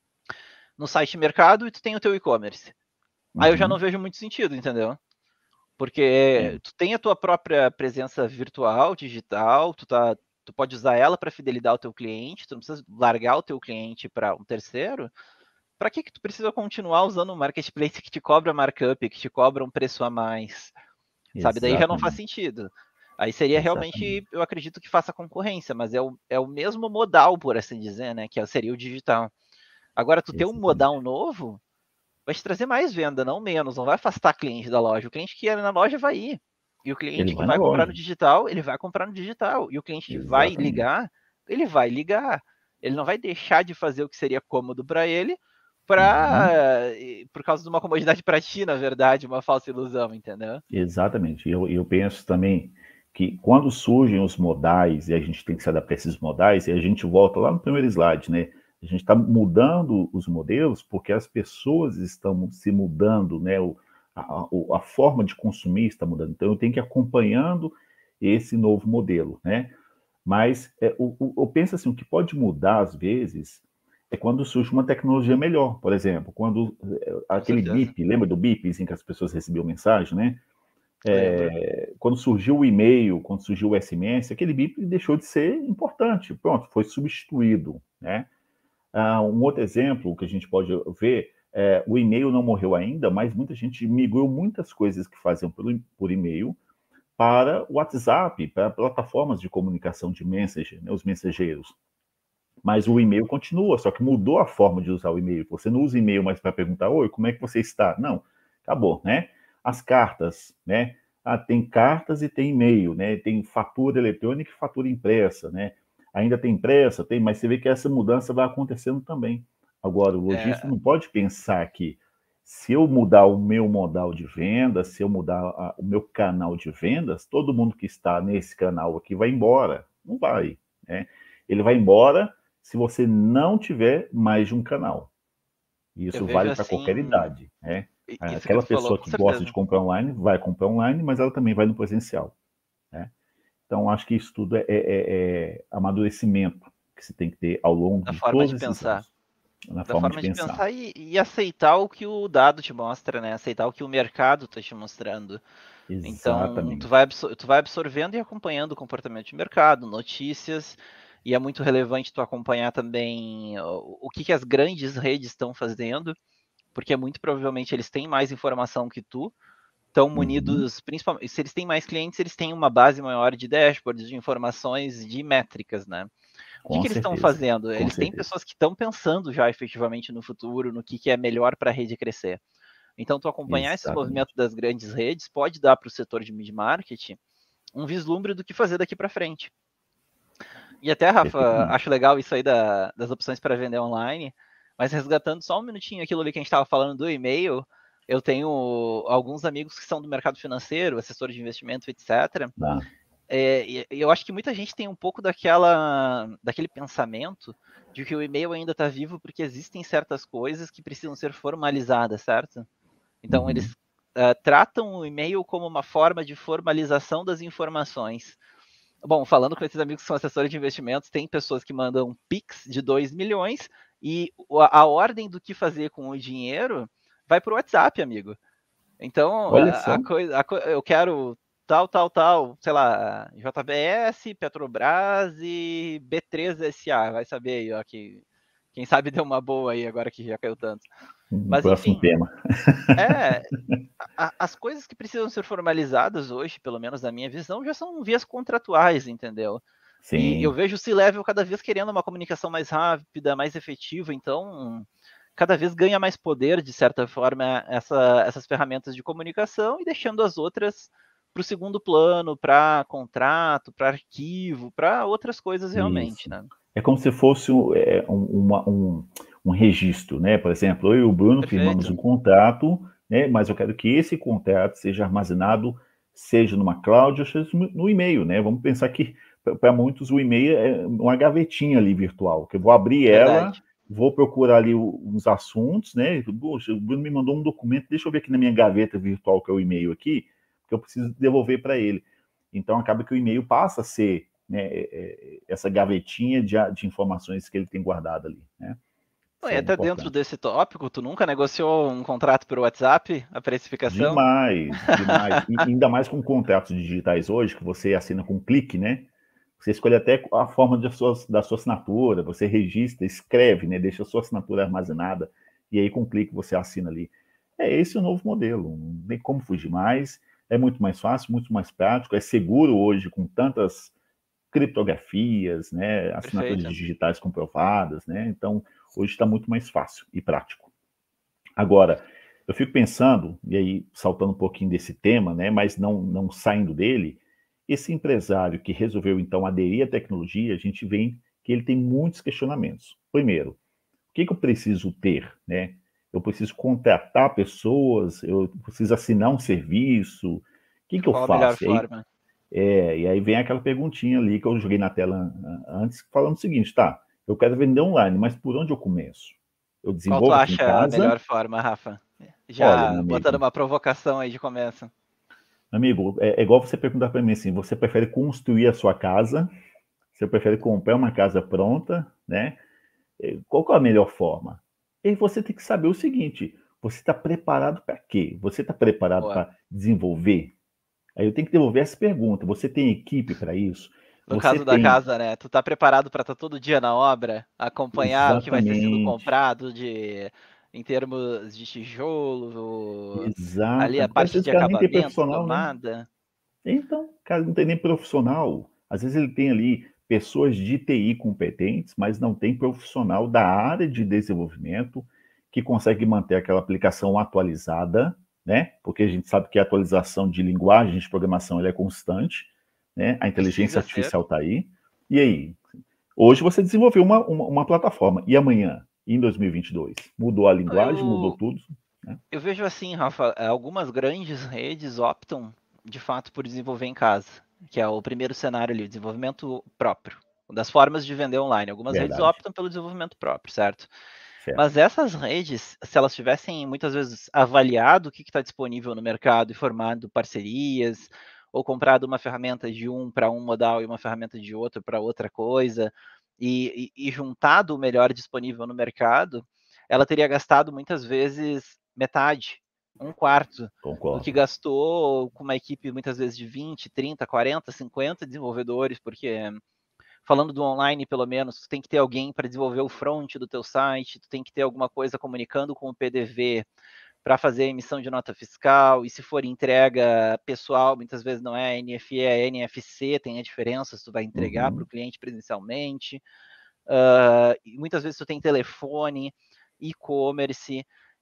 [SPEAKER 2] no site mercado e tu tem o teu e-commerce. Aí eu já não
[SPEAKER 1] Uhum.
[SPEAKER 2] vejo muito sentido, entendeu? Porque tu tem a tua própria presença virtual, digital, tu pode usar ela para fidelizar o teu cliente, tu não precisa largar o teu cliente para um terceiro. Para que tu precisa continuar usando um marketplace que te cobra markup, que te cobra um preço a mais? Sabe? Daí já não faz
[SPEAKER 1] Exatamente.
[SPEAKER 2] sentido. Aí seria
[SPEAKER 1] Exatamente.
[SPEAKER 2] realmente, eu acredito que faça concorrência, mas é o mesmo modal, por assim dizer, né? Que seria o digital. Agora, tu ter um
[SPEAKER 1] Exatamente.
[SPEAKER 2] modal novo, vai te trazer mais venda, não menos. Não vai afastar cliente da loja. O cliente que ia na loja vai ir. E o
[SPEAKER 1] Ele
[SPEAKER 2] cliente que
[SPEAKER 1] vai na
[SPEAKER 2] vai comprar no
[SPEAKER 1] loja.
[SPEAKER 2] digital, ele vai comprar no digital. E o cliente que vai
[SPEAKER 1] Exatamente.
[SPEAKER 2] ligar, ele vai ligar. Ele não vai deixar de fazer o que seria cômodo para ele
[SPEAKER 1] Uhum.
[SPEAKER 2] por causa de uma comodidade para ti, na verdade, uma falsa ilusão, entendeu?
[SPEAKER 1] Exatamente. Eu penso também que quando surgem os modais, e a gente tem que se adaptar a esses modais, e a gente volta lá no primeiro slide, né? A gente está mudando os modelos porque as pessoas estão se mudando, né? A forma de consumir está mudando. Então, eu tenho que ir acompanhando esse novo modelo, né? Mas eu penso assim, o que pode mudar às vezes é quando surge uma tecnologia melhor. Por exemplo, quando
[SPEAKER 2] Com
[SPEAKER 1] aquele
[SPEAKER 2] certeza.
[SPEAKER 1] bip, lembra do bip, assim, que as pessoas recebiam mensagem, né?
[SPEAKER 2] Lembro.
[SPEAKER 1] Quando surgiu o e-mail, quando surgiu o SMS, aquele bip deixou de ser importante. Pronto, foi substituído, né? Um outro exemplo que a gente pode ver o e-mail não morreu ainda, mas muita gente migrou muitas coisas que faziam por e-mail para o WhatsApp, para plataformas de comunicação de Messenger, né, os mensageiros. Mas o e-mail continua, só que mudou a forma de usar o e-mail. Você não usa e-mail mais para perguntar, oi, como é que você está? Não, acabou, né? As cartas, né? Tem cartas e tem e-mail, né? Tem fatura eletrônica e fatura impressa, né? Ainda tem impressa, tem, mas você vê que essa mudança vai acontecendo também. Agora, o lojista não pode pensar que se eu mudar o meu modal de venda, se eu mudar o meu canal de vendas, todo mundo que está nesse canal aqui vai embora. Não vai, né? Ele vai embora se você não tiver mais de um canal. E
[SPEAKER 2] Eu
[SPEAKER 1] isso
[SPEAKER 2] vejo
[SPEAKER 1] vale para qualquer
[SPEAKER 2] assim,
[SPEAKER 1] idade, né?
[SPEAKER 2] isso que
[SPEAKER 1] Aquela
[SPEAKER 2] tu falou,
[SPEAKER 1] pessoa
[SPEAKER 2] com
[SPEAKER 1] que gosta de
[SPEAKER 2] certeza.
[SPEAKER 1] comprar online, vai comprar online, mas ela também vai no presencial, né? Então, acho que isso tudo é amadurecimento que se tem que ter ao longo
[SPEAKER 2] Da
[SPEAKER 1] de
[SPEAKER 2] forma de
[SPEAKER 1] todos esses
[SPEAKER 2] pensar.
[SPEAKER 1] anos, na
[SPEAKER 2] Da
[SPEAKER 1] forma de
[SPEAKER 2] forma de
[SPEAKER 1] pensar.
[SPEAKER 2] pensar e aceitar o que o dado te mostra, né? Aceitar o que o mercado está te mostrando. Então,
[SPEAKER 1] Exatamente.
[SPEAKER 2] tu vai absorvendo e acompanhando o comportamento de mercado, notícias, e é muito relevante tu acompanhar também o que as grandes redes estão fazendo, porque muito provavelmente eles têm mais informação que tu, estão
[SPEAKER 1] Uhum.
[SPEAKER 2] munidos, principalmente, se eles têm mais clientes, eles têm uma base maior de dashboards, de informações, de métricas, né? O
[SPEAKER 1] Com
[SPEAKER 2] que eles estão
[SPEAKER 1] certeza,
[SPEAKER 2] fazendo?
[SPEAKER 1] com
[SPEAKER 2] Eles têm
[SPEAKER 1] certeza.
[SPEAKER 2] pessoas que estão pensando já efetivamente no futuro, no que é melhor para a rede crescer. Então, tu acompanhar esses movimentos
[SPEAKER 1] Exatamente.
[SPEAKER 2] das grandes redes pode dar para o setor de mid-market um vislumbre do que fazer daqui para frente. E até, Rafa,
[SPEAKER 1] Perfeitamente.
[SPEAKER 2] acho legal isso aí das opções para vender online, mas resgatando só um minutinho aquilo ali que a gente estava falando do e-mail, eu tenho alguns amigos que são do mercado financeiro, assessor de investimento, etc.
[SPEAKER 1] Tá.
[SPEAKER 2] Eu acho que muita gente tem um pouco daquele pensamento de que o e-mail ainda está vivo porque existem certas coisas que precisam ser formalizadas, certo? Então,
[SPEAKER 1] Uhum.
[SPEAKER 2] eles tratam o e-mail como uma forma de formalização das informações. Bom, falando com esses amigos que são assessores de investimentos, tem pessoas que mandam Pix de 2 milhões e a ordem do que fazer com o dinheiro vai para o WhatsApp, amigo. Então,
[SPEAKER 1] Olha só.
[SPEAKER 2] eu quero tal, sei lá, JBS, Petrobras e B3SA, vai saber aí, ó, que quem sabe deu uma boa aí agora que já caiu tanto.
[SPEAKER 1] Um
[SPEAKER 2] Mas
[SPEAKER 1] próximo
[SPEAKER 2] enfim,
[SPEAKER 1] tema.
[SPEAKER 2] é, as coisas que precisam ser formalizadas hoje, pelo menos na minha visão, já são vias contratuais, entendeu? E eu
[SPEAKER 1] Sim,
[SPEAKER 2] vejo o C-Level cada vez querendo uma comunicação mais rápida, mais efetiva, então cada vez ganha mais poder, de certa forma, essas ferramentas de comunicação e deixando as outras para o segundo plano, para contrato, para arquivo, para outras coisas realmente,
[SPEAKER 1] isso.
[SPEAKER 2] né?
[SPEAKER 1] É como se fosse um registro, né? Por exemplo, eu e o Bruno firmamos
[SPEAKER 2] Perfeito.
[SPEAKER 1] um contrato, né? Mas eu quero que esse contrato seja armazenado, seja numa cloud ou seja no e-mail, né? Vamos pensar que para muitos o e-mail é uma gavetinha ali virtual, que eu vou abrir ela,
[SPEAKER 2] Verdade.
[SPEAKER 1] vou procurar ali uns assuntos, né? Poxa, o Bruno me mandou um documento, deixa eu ver aqui na minha gaveta virtual, que é o e-mail aqui, que eu preciso devolver para ele. Então acaba que o e-mail passa a ser, né, essa gavetinha de informações que ele tem guardado ali, né?
[SPEAKER 2] Pô,
[SPEAKER 1] Isso
[SPEAKER 2] e
[SPEAKER 1] é
[SPEAKER 2] até dentro
[SPEAKER 1] importante.
[SPEAKER 2] desse tópico, tu nunca negociou um contrato por WhatsApp, a precificação?
[SPEAKER 1] Demais, demais. E ainda mais com contratos digitais hoje, que você assina com um clique, né? Você escolhe até a forma da sua assinatura, você registra, escreve, né? Deixa a sua assinatura armazenada, e aí com um clique você assina ali. É esse o novo modelo, não tem como fugir mais, é muito mais fácil, muito mais prático, é seguro hoje com tantas criptografias, né, assinaturas
[SPEAKER 2] Perfeito.
[SPEAKER 1] digitais comprovadas, né? Então, hoje está muito mais fácil e prático. Agora, eu fico pensando, e aí saltando um pouquinho desse tema, né, mas não saindo dele, esse empresário que resolveu então aderir à tecnologia, a gente vê que ele tem muitos questionamentos. Primeiro, o que eu preciso ter, né? Eu preciso contratar pessoas, eu preciso assinar um serviço, o que eu
[SPEAKER 2] Qual a melhor
[SPEAKER 1] faço?
[SPEAKER 2] forma?
[SPEAKER 1] E aí vem aquela perguntinha ali que eu joguei na tela antes, falando o seguinte, tá, eu quero vender online, mas por onde eu começo? Eu
[SPEAKER 2] Qual tu
[SPEAKER 1] desenvolvo aqui em
[SPEAKER 2] acha a
[SPEAKER 1] casa?
[SPEAKER 2] melhor forma, Rafa?
[SPEAKER 1] Olha, meu
[SPEAKER 2] Já botando
[SPEAKER 1] amigo,
[SPEAKER 2] uma provocação aí de começo.
[SPEAKER 1] é igual você perguntar para mim assim, você prefere construir a sua casa? Você prefere comprar uma casa pronta, né? Qual que é a melhor forma? E você tem que saber o seguinte, você está preparado para quê? Você está preparado
[SPEAKER 2] Boa.
[SPEAKER 1] para desenvolver? Aí eu tenho que devolver essa pergunta, você tem equipe para isso?
[SPEAKER 2] No
[SPEAKER 1] Você
[SPEAKER 2] caso da
[SPEAKER 1] tem
[SPEAKER 2] casa, né? Tu tá preparado para estar todo dia na obra, acompanhar o que vai ter sido
[SPEAKER 1] exatamente.
[SPEAKER 2] comprado de em termos de tijolo, ali
[SPEAKER 1] Exato,
[SPEAKER 2] a
[SPEAKER 1] porque às
[SPEAKER 2] parte
[SPEAKER 1] vezes
[SPEAKER 2] de
[SPEAKER 1] o cara nem tem
[SPEAKER 2] acabamento,
[SPEAKER 1] profissional, né?
[SPEAKER 2] tomada.
[SPEAKER 1] Então, o cara não tem nem profissional. Às vezes ele tem ali pessoas de TI competentes, mas não tem profissional da área de desenvolvimento que consegue manter aquela aplicação atualizada, né? Porque a gente sabe que a atualização de linguagem de programação ela é constante, né? A inteligência
[SPEAKER 2] Precisa ser.
[SPEAKER 1] artificial está aí. E aí? Hoje você desenvolveu uma plataforma. E amanhã, em 2022? Mudou a linguagem, mudou
[SPEAKER 2] Eu,
[SPEAKER 1] tudo, né?
[SPEAKER 2] eu vejo assim, Rafa, algumas grandes redes optam, de fato, por desenvolver em casa, que é o primeiro cenário ali, o desenvolvimento próprio, das formas de vender online. Algumas redes
[SPEAKER 1] Verdade.
[SPEAKER 2] optam pelo desenvolvimento próprio, certo?
[SPEAKER 1] Certo.
[SPEAKER 2] Mas essas redes, se elas tivessem muitas vezes avaliado o que está disponível no mercado e formado parcerias, ou comprado uma ferramenta de um para um modal e uma ferramenta de outro para outra coisa, e juntado o melhor disponível no mercado, ela teria gastado muitas vezes metade, um quarto do que
[SPEAKER 1] Concordo.
[SPEAKER 2] gastou com uma equipe muitas vezes de 20, 30, 40, 50 desenvolvedores, porque falando do online, pelo menos, tu tem que ter alguém para desenvolver o front do teu site, tu tem que ter alguma coisa comunicando com o PDV para fazer a emissão de nota fiscal, e se for entrega pessoal, muitas vezes não é NFE, é NFC, tem a diferença se tu vai entregar para o
[SPEAKER 1] Uhum.
[SPEAKER 2] cliente presencialmente, e muitas vezes tu tem telefone, e-commerce,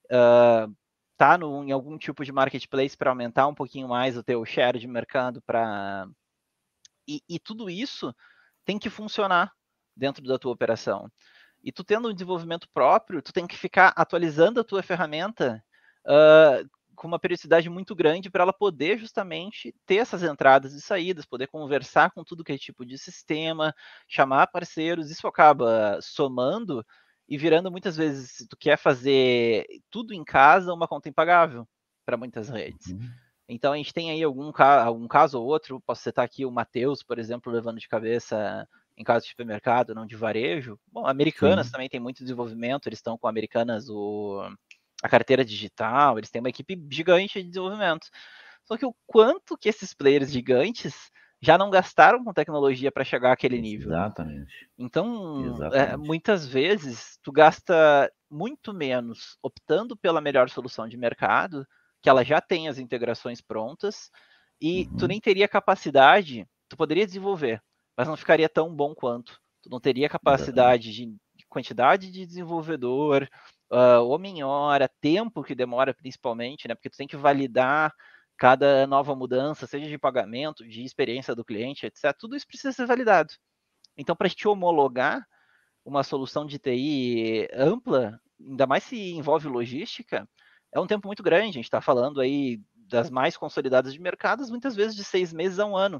[SPEAKER 2] tá em algum tipo de marketplace para aumentar um pouquinho mais o teu share de mercado para... E tudo isso tem que funcionar dentro da tua operação. E tu tendo um desenvolvimento próprio, tu tem que ficar atualizando a tua ferramenta com uma periodicidade muito grande para ela poder justamente ter essas entradas e saídas, poder conversar com tudo que é tipo de sistema, chamar parceiros. Isso acaba somando e virando muitas vezes, se tu quer fazer tudo em casa, uma conta impagável para muitas redes.
[SPEAKER 1] Uhum.
[SPEAKER 2] Então a gente tem aí algum caso ou outro, posso citar aqui o Matheus, por exemplo, levando de cabeça em caso de supermercado, não de varejo. Bom, Americanas
[SPEAKER 1] Sim,
[SPEAKER 2] também tem muito desenvolvimento, eles estão com Americanas a carteira digital, eles têm uma equipe gigante de desenvolvimento. Só que o quanto que esses players gigantes já não gastaram com tecnologia para chegar àquele nível.
[SPEAKER 1] exatamente.
[SPEAKER 2] Então,
[SPEAKER 1] Exatamente.
[SPEAKER 2] muitas vezes, tu gasta muito menos optando pela melhor solução de mercado, que ela já tem as integrações prontas, e tu
[SPEAKER 1] Uhum.
[SPEAKER 2] nem teria capacidade, tu poderia desenvolver, mas não ficaria tão bom quanto. Tu não teria
[SPEAKER 1] Exatamente.
[SPEAKER 2] capacidade de quantidade de desenvolvedor, homem-hora, tempo que demora principalmente, né? Porque tu tem que validar cada nova mudança, seja de pagamento, de experiência do cliente, etc. Tudo isso precisa ser validado. Então, para a gente homologar uma solução de TI ampla, ainda mais se envolve logística, é um tempo muito grande. A gente está falando aí das mais consolidadas de mercados, muitas vezes de 6 meses a um ano.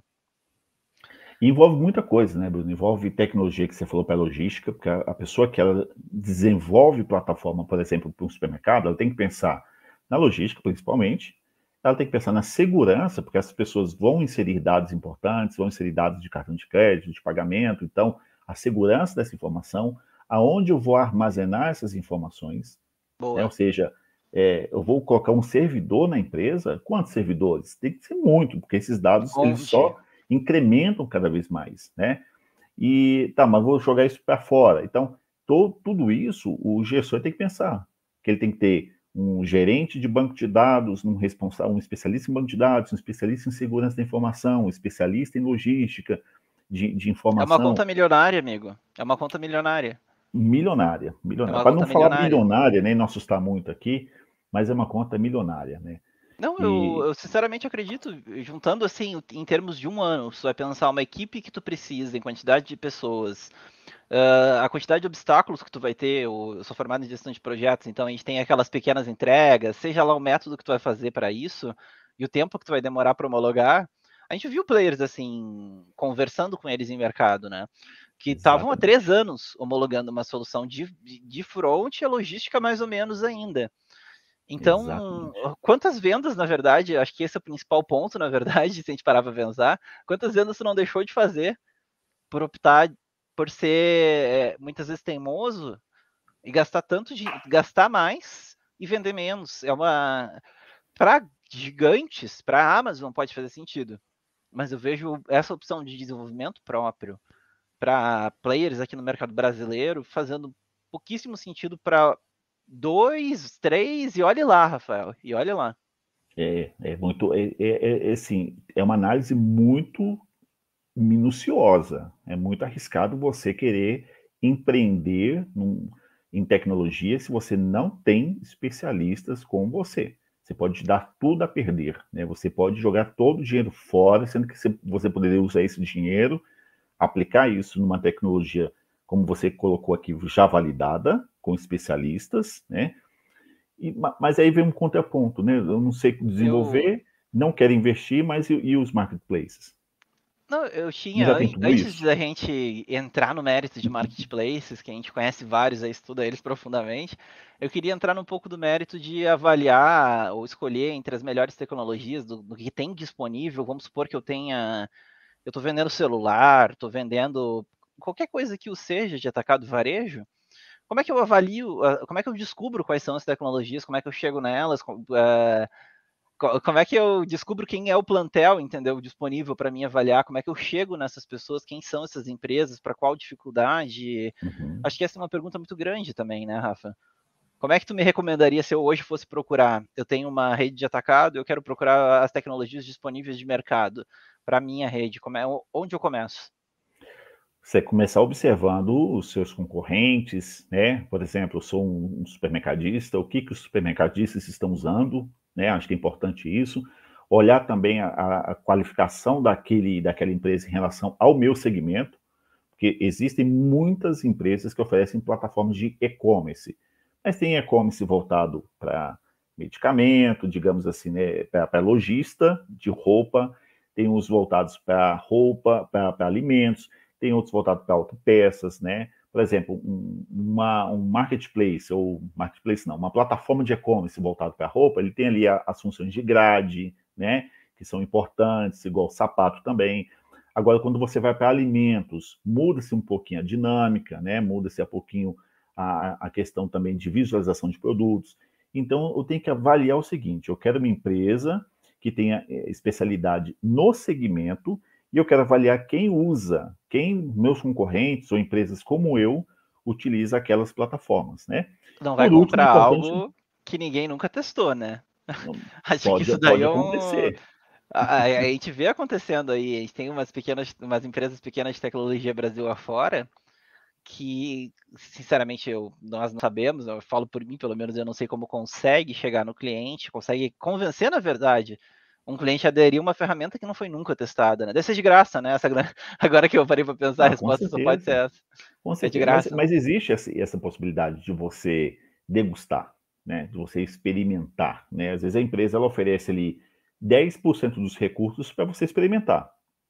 [SPEAKER 1] E envolve muita coisa, né, Bruno? Envolve tecnologia que você falou para a logística, porque a pessoa que ela desenvolve plataforma, por exemplo, para um supermercado, ela tem que pensar na logística, principalmente. Ela tem que pensar na segurança, porque as pessoas vão inserir dados importantes, vão inserir dados de cartão de crédito, de pagamento. Então, a segurança dessa informação, aonde eu vou armazenar essas informações, né? Ou
[SPEAKER 2] Boa.
[SPEAKER 1] seja, eu vou colocar um servidor na empresa. Quantos servidores? Tem que ser muito, porque esses dados eles
[SPEAKER 2] Onde?
[SPEAKER 1] só incrementam cada vez mais, né? E tá, mas vou jogar isso para fora. Então, tudo isso o gestor tem que pensar, que ele tem que ter um gerente de banco de dados, um responsável, um especialista em banco de dados, um especialista em segurança da informação, um especialista em logística de
[SPEAKER 2] É uma
[SPEAKER 1] informação,
[SPEAKER 2] conta milionária, amigo. É uma conta milionária.
[SPEAKER 1] milionária,
[SPEAKER 2] É
[SPEAKER 1] milionária.
[SPEAKER 2] uma
[SPEAKER 1] Para não
[SPEAKER 2] conta
[SPEAKER 1] falar
[SPEAKER 2] milionária.
[SPEAKER 1] bilionária, nem não assustar muito aqui, mas é uma conta milionária, né?
[SPEAKER 2] Não,
[SPEAKER 1] E
[SPEAKER 2] eu sinceramente acredito, juntando assim, em termos de um ano, você vai pensar uma equipe que tu precisa, em quantidade de pessoas, a quantidade de obstáculos que tu vai ter. Eu sou formado em gestão de projetos, então a gente tem aquelas pequenas entregas, seja lá o método que tu vai fazer para isso, e o tempo que tu vai demorar para homologar. A gente viu players assim, conversando com eles em mercado, né? Que estavam há
[SPEAKER 1] exatamente,
[SPEAKER 2] 3 anos homologando uma solução de front e a logística mais ou menos ainda. Então,
[SPEAKER 1] exatamente,
[SPEAKER 2] quantas vendas, na verdade, acho que esse é o principal ponto, na verdade, se a gente parar para pensar, quantas vendas tu não deixou de fazer por optar por ser muitas vezes teimoso e gastar gastar mais e vender menos. É uma para gigantes, para a Amazon pode fazer sentido, mas eu vejo essa opção de desenvolvimento próprio para players aqui no mercado brasileiro fazendo pouquíssimo sentido para 2, 3, e olhe lá, Rafael, e olhe lá.
[SPEAKER 1] Assim, é uma análise muito minuciosa. É muito arriscado você querer empreender em tecnologia se você não tem especialistas com você. Você pode dar tudo a perder, né? Você pode jogar todo o dinheiro fora, sendo que você poderia usar esse dinheiro, aplicar isso numa tecnologia, como você colocou aqui, já validada, com especialistas, né? Mas aí vem um contraponto, né? Eu não sei
[SPEAKER 2] Eu,
[SPEAKER 1] desenvolver, não quero investir, mas e os marketplaces?
[SPEAKER 2] não, eu
[SPEAKER 1] Não
[SPEAKER 2] tinha,
[SPEAKER 1] já tem tudo
[SPEAKER 2] antes
[SPEAKER 1] isso?
[SPEAKER 2] da gente entrar no mérito de marketplaces, que a gente conhece vários, aí estuda eles profundamente, eu queria entrar num pouco do mérito de avaliar ou escolher entre as melhores tecnologias do que tem disponível. Vamos supor que eu estou vendendo celular, estou vendendo qualquer coisa que o seja de atacado varejo. Como é que eu avalio, como é que eu descubro quais são as tecnologias, como é que eu chego nelas, como é que eu descubro quem é o plantel, entendeu? Disponível para mim avaliar, como é que eu chego nessas pessoas, quem são essas empresas, para qual dificuldade?
[SPEAKER 1] Uhum.
[SPEAKER 2] Acho que essa é uma pergunta muito grande também, né, Rafa? Como é que tu me recomendaria se eu hoje fosse procurar? Eu tenho uma rede de atacado, eu quero procurar as tecnologias disponíveis de mercado para minha rede. Onde eu começo?
[SPEAKER 1] Você começar observando os seus concorrentes, né? Por exemplo, eu sou um supermercadista, o que os supermercadistas estão usando, né? Acho que é importante isso. Olhar também a qualificação daquela empresa em relação ao meu segmento, porque existem muitas empresas que oferecem plataformas de e-commerce, mas tem e-commerce voltado para medicamento, digamos assim, né? Para lojista de roupa, tem os voltados para roupa, para alimentos, tem outros voltados para autopeças, né? Por exemplo, um marketplace, ou marketplace não, uma plataforma de e-commerce voltado para roupa, ele tem ali as funções de grade, né? Que são importantes, igual sapato também. Agora, quando você vai para alimentos, muda-se um pouquinho a dinâmica, né? Muda-se um pouquinho a questão também de visualização de produtos. Então, eu tenho que avaliar o seguinte: eu quero uma empresa que tenha especialidade no segmento e eu quero avaliar quem usa, quem meus concorrentes ou empresas como eu utiliza aquelas plataformas, né?
[SPEAKER 2] Não vai
[SPEAKER 1] Por último,
[SPEAKER 2] comprar
[SPEAKER 1] importante,
[SPEAKER 2] algo que ninguém nunca testou, né? Acho que isso daí
[SPEAKER 1] pode
[SPEAKER 2] é um.
[SPEAKER 1] acontecer.
[SPEAKER 2] A gente vê acontecendo aí, a gente tem umas empresas pequenas de tecnologia Brasil afora, que, sinceramente, nós não sabemos, eu falo por mim, pelo menos eu não sei como consegue chegar no cliente, consegue convencer, na verdade, um cliente a aderir a uma ferramenta que não foi nunca testada, né? Deve ser de graça, né? Agora que eu parei para pensar, a
[SPEAKER 1] Ah, com
[SPEAKER 2] resposta só pode ser
[SPEAKER 1] certeza.
[SPEAKER 2] essa.
[SPEAKER 1] Com
[SPEAKER 2] É de
[SPEAKER 1] certeza,
[SPEAKER 2] graça, né?
[SPEAKER 1] mas existe essa possibilidade de você degustar, né? De você experimentar, né? Às vezes a empresa ela oferece ali 10% dos recursos para você experimentar.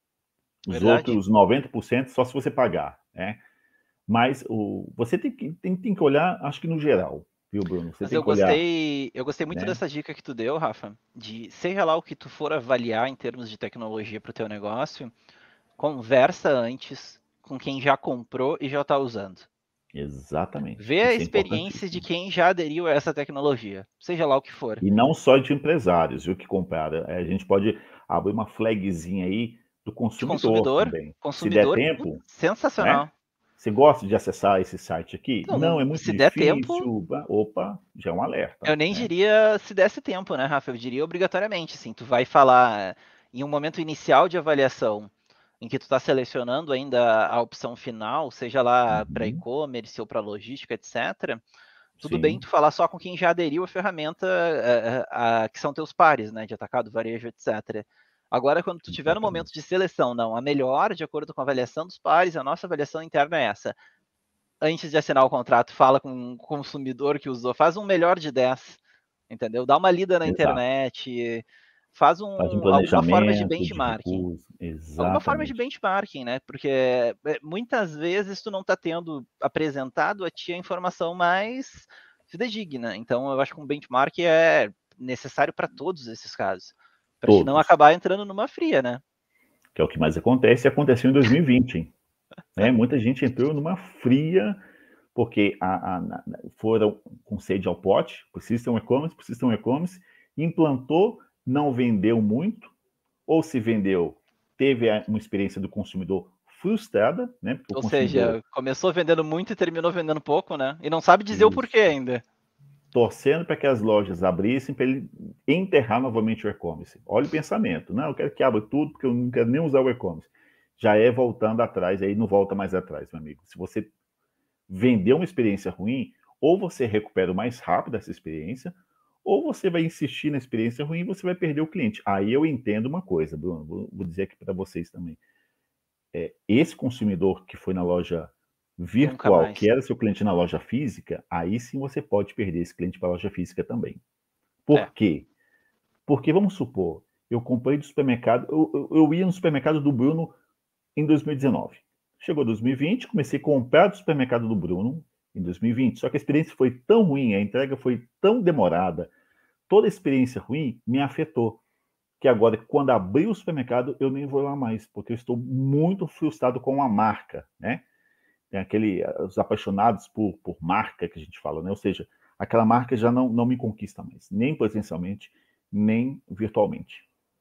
[SPEAKER 1] Os
[SPEAKER 2] Verdade.
[SPEAKER 1] outros 90% só se você pagar, né? Mas você tem que olhar, acho que no geral, viu, Bruno? Você
[SPEAKER 2] Mas
[SPEAKER 1] tem que olhar,
[SPEAKER 2] eu gostei muito
[SPEAKER 1] né?
[SPEAKER 2] dessa dica que tu deu, Rafa, de seja lá o que tu for avaliar em termos de tecnologia para o teu negócio, conversa antes com quem já comprou e já está usando.
[SPEAKER 1] Exatamente.
[SPEAKER 2] Vê a
[SPEAKER 1] Isso é
[SPEAKER 2] experiência de
[SPEAKER 1] importantíssimo.
[SPEAKER 2] quem já aderiu a essa tecnologia, seja lá o que for.
[SPEAKER 1] E não só de empresários, viu, que compraram. A gente pode abrir uma flagzinha aí do
[SPEAKER 2] De
[SPEAKER 1] consumidor
[SPEAKER 2] consumidor,
[SPEAKER 1] também. Se der
[SPEAKER 2] consumidor, putz,
[SPEAKER 1] tempo, né?
[SPEAKER 2] sensacional.
[SPEAKER 1] Você gosta de acessar esse site aqui? Não, é
[SPEAKER 2] Não,
[SPEAKER 1] muito
[SPEAKER 2] se der tempo,
[SPEAKER 1] difícil. Opa, já é um
[SPEAKER 2] eu
[SPEAKER 1] alerta,
[SPEAKER 2] nem
[SPEAKER 1] né?
[SPEAKER 2] diria se desse tempo, né, Rafa? Eu diria obrigatoriamente, assim, tu vai falar em um momento inicial de avaliação, em que tu está selecionando ainda a opção final, seja lá para
[SPEAKER 1] Uhum,
[SPEAKER 2] e-commerce ou para logística, etc. Tudo bem
[SPEAKER 1] sim,
[SPEAKER 2] tu falar só com quem já aderiu à ferramenta, que são teus pares, né, de atacado, varejo, etc. Agora, quando tu tiver no momento
[SPEAKER 1] exatamente.
[SPEAKER 2] de seleção, não, a melhor, de acordo com a avaliação dos pares, a nossa avaliação interna é essa. Antes de assinar o contrato, fala com o consumidor que usou, faz um melhor de 10, entendeu? Dá uma lida na
[SPEAKER 1] Exato.
[SPEAKER 2] internet, faz
[SPEAKER 1] Faz um
[SPEAKER 2] alguma forma de
[SPEAKER 1] planejamento de
[SPEAKER 2] benchmarking.
[SPEAKER 1] recursos.
[SPEAKER 2] Alguma forma de
[SPEAKER 1] Exatamente.
[SPEAKER 2] benchmarking, né? Porque muitas vezes tu não está tendo apresentado a ti a informação mais fidedigna. Então, eu acho que um benchmark é necessário para todos esses casos, para te não
[SPEAKER 1] Todos.
[SPEAKER 2] acabar entrando numa fria, né?
[SPEAKER 1] Que é o que mais acontece e aconteceu em 2020, hein? Né? Muita gente entrou numa fria porque foram com sede ao pote, precisa ter um e-commerce, implantou, não vendeu muito, ou se vendeu, teve uma experiência do consumidor frustrada, né? Porque o
[SPEAKER 2] Ou
[SPEAKER 1] consumidor,
[SPEAKER 2] seja, começou vendendo muito e terminou vendendo pouco, né? E não sabe dizer o porquê
[SPEAKER 1] isso,
[SPEAKER 2] ainda.
[SPEAKER 1] torcendo para que as lojas abrissem para ele enterrar novamente o e-commerce. Olha o pensamento. Não, eu quero que abra tudo porque eu não quero nem usar o e-commerce. Já é voltando atrás, aí não volta mais atrás, meu amigo. Se você vendeu uma experiência ruim, ou você recupera o mais rápido essa experiência, ou você vai insistir na experiência ruim e você vai perder o cliente. Aí eu entendo uma coisa, Bruno, vou dizer aqui para vocês também. Esse consumidor que foi na loja virtual, que era seu cliente na loja física, aí sim você pode perder esse cliente para a loja física também. Por quê? Porque, vamos supor, eu comprei do supermercado, eu ia no supermercado do Bruno em 2019. Chegou 2020, comecei a comprar do supermercado do Bruno em 2020, só que a experiência foi tão ruim, a entrega foi tão demorada, toda a experiência ruim me afetou. Que agora, quando abrir o supermercado, eu nem vou lá mais, porque eu estou muito frustrado com a marca, né? Tem os apaixonados por marca que a gente fala, né? Ou seja, aquela marca já não me conquista mais, nem presencialmente, nem virtualmente.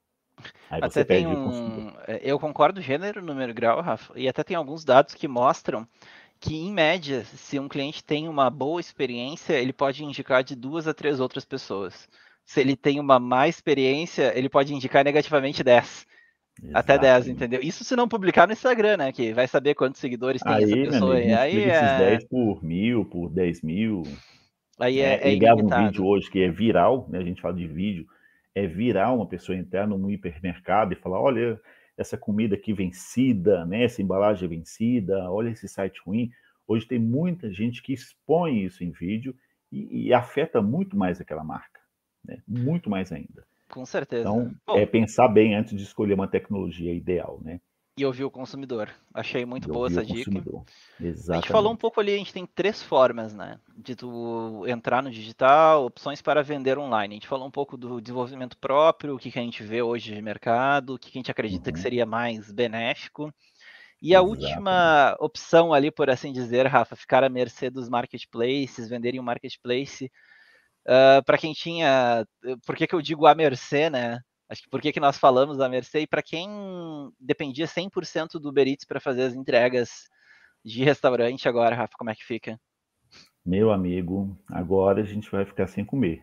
[SPEAKER 1] Aí
[SPEAKER 2] Até
[SPEAKER 1] você
[SPEAKER 2] tem
[SPEAKER 1] perde o consumidor.
[SPEAKER 2] Eu concordo gênero, número, grau, Rafa, e até tem alguns dados que mostram que, em média, se um cliente tem uma boa experiência, ele pode indicar de 2 a 3 outras pessoas. Se ele tem uma má experiência, ele pode indicar negativamente 10. Até 10,
[SPEAKER 1] Exatamente.
[SPEAKER 2] entendeu? Isso se não publicar no Instagram, né? Que vai saber quantos seguidores tem essa
[SPEAKER 1] Aí, meu
[SPEAKER 2] pessoa.
[SPEAKER 1] amigo,
[SPEAKER 2] Aí
[SPEAKER 1] multiplica esses 10 por 1.000, por 10.000, né?
[SPEAKER 2] é
[SPEAKER 1] Ele grava um vídeo
[SPEAKER 2] ilimitado.
[SPEAKER 1] hoje que é viral, né? A gente fala de vídeo, é viral uma pessoa entrar num hipermercado e falar, olha, essa comida aqui vencida, né? Essa embalagem vencida, olha esse site ruim. Hoje tem muita gente que expõe isso em vídeo e afeta muito mais aquela marca, né? Muito mais ainda.
[SPEAKER 2] Com certeza.
[SPEAKER 1] Então,
[SPEAKER 2] Bom,
[SPEAKER 1] pensar bem antes de escolher uma tecnologia ideal, né?
[SPEAKER 2] e ouvir o consumidor. Achei muito
[SPEAKER 1] De
[SPEAKER 2] boa
[SPEAKER 1] ouvir o
[SPEAKER 2] essa dica.
[SPEAKER 1] consumidor.
[SPEAKER 2] A gente falou um
[SPEAKER 1] Exatamente.
[SPEAKER 2] pouco ali, a gente tem 3 formas, né? De tu entrar no digital, opções para vender online. A gente falou um pouco do desenvolvimento próprio, o que a gente vê hoje de mercado, o que a gente acredita que
[SPEAKER 1] Uhum.
[SPEAKER 2] seria mais benéfico. E a
[SPEAKER 1] Exatamente.
[SPEAKER 2] última opção ali, por assim dizer, Rafa, ficar à mercê dos marketplaces, vender em um marketplace. Para quem tinha. Por que eu digo à mercê, né? Acho que por que nós falamos à mercê? E para quem dependia 100% do Uber Eats para fazer as entregas de restaurante agora, Rafa, como é que fica?
[SPEAKER 1] Meu amigo, agora a gente vai ficar sem comer.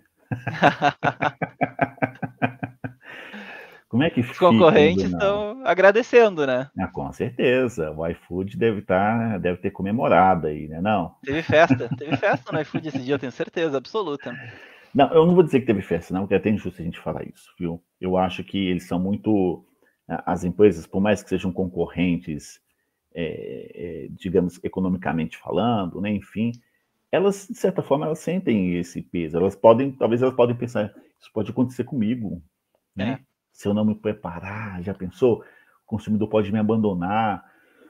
[SPEAKER 1] Como é que
[SPEAKER 2] Os
[SPEAKER 1] fica, hein,
[SPEAKER 2] concorrentes
[SPEAKER 1] Brunão?
[SPEAKER 2] estão agradecendo, né?
[SPEAKER 1] Ah, com certeza. O iFood deve ter comemorado aí, né? Não?
[SPEAKER 2] Teve festa no iFood esse dia, eu tenho certeza absoluta.
[SPEAKER 1] Não, eu não vou dizer que teve festa, não, porque é até injusto a gente falar isso, viu? Eu acho que eles são muito. As empresas, por mais que sejam concorrentes, digamos, economicamente falando, né? Enfim, elas, de certa forma, elas sentem esse peso. Talvez elas podem pensar, isso pode acontecer comigo,
[SPEAKER 2] É,
[SPEAKER 1] né? Se eu não me preparar, já pensou? O consumidor pode me abandonar.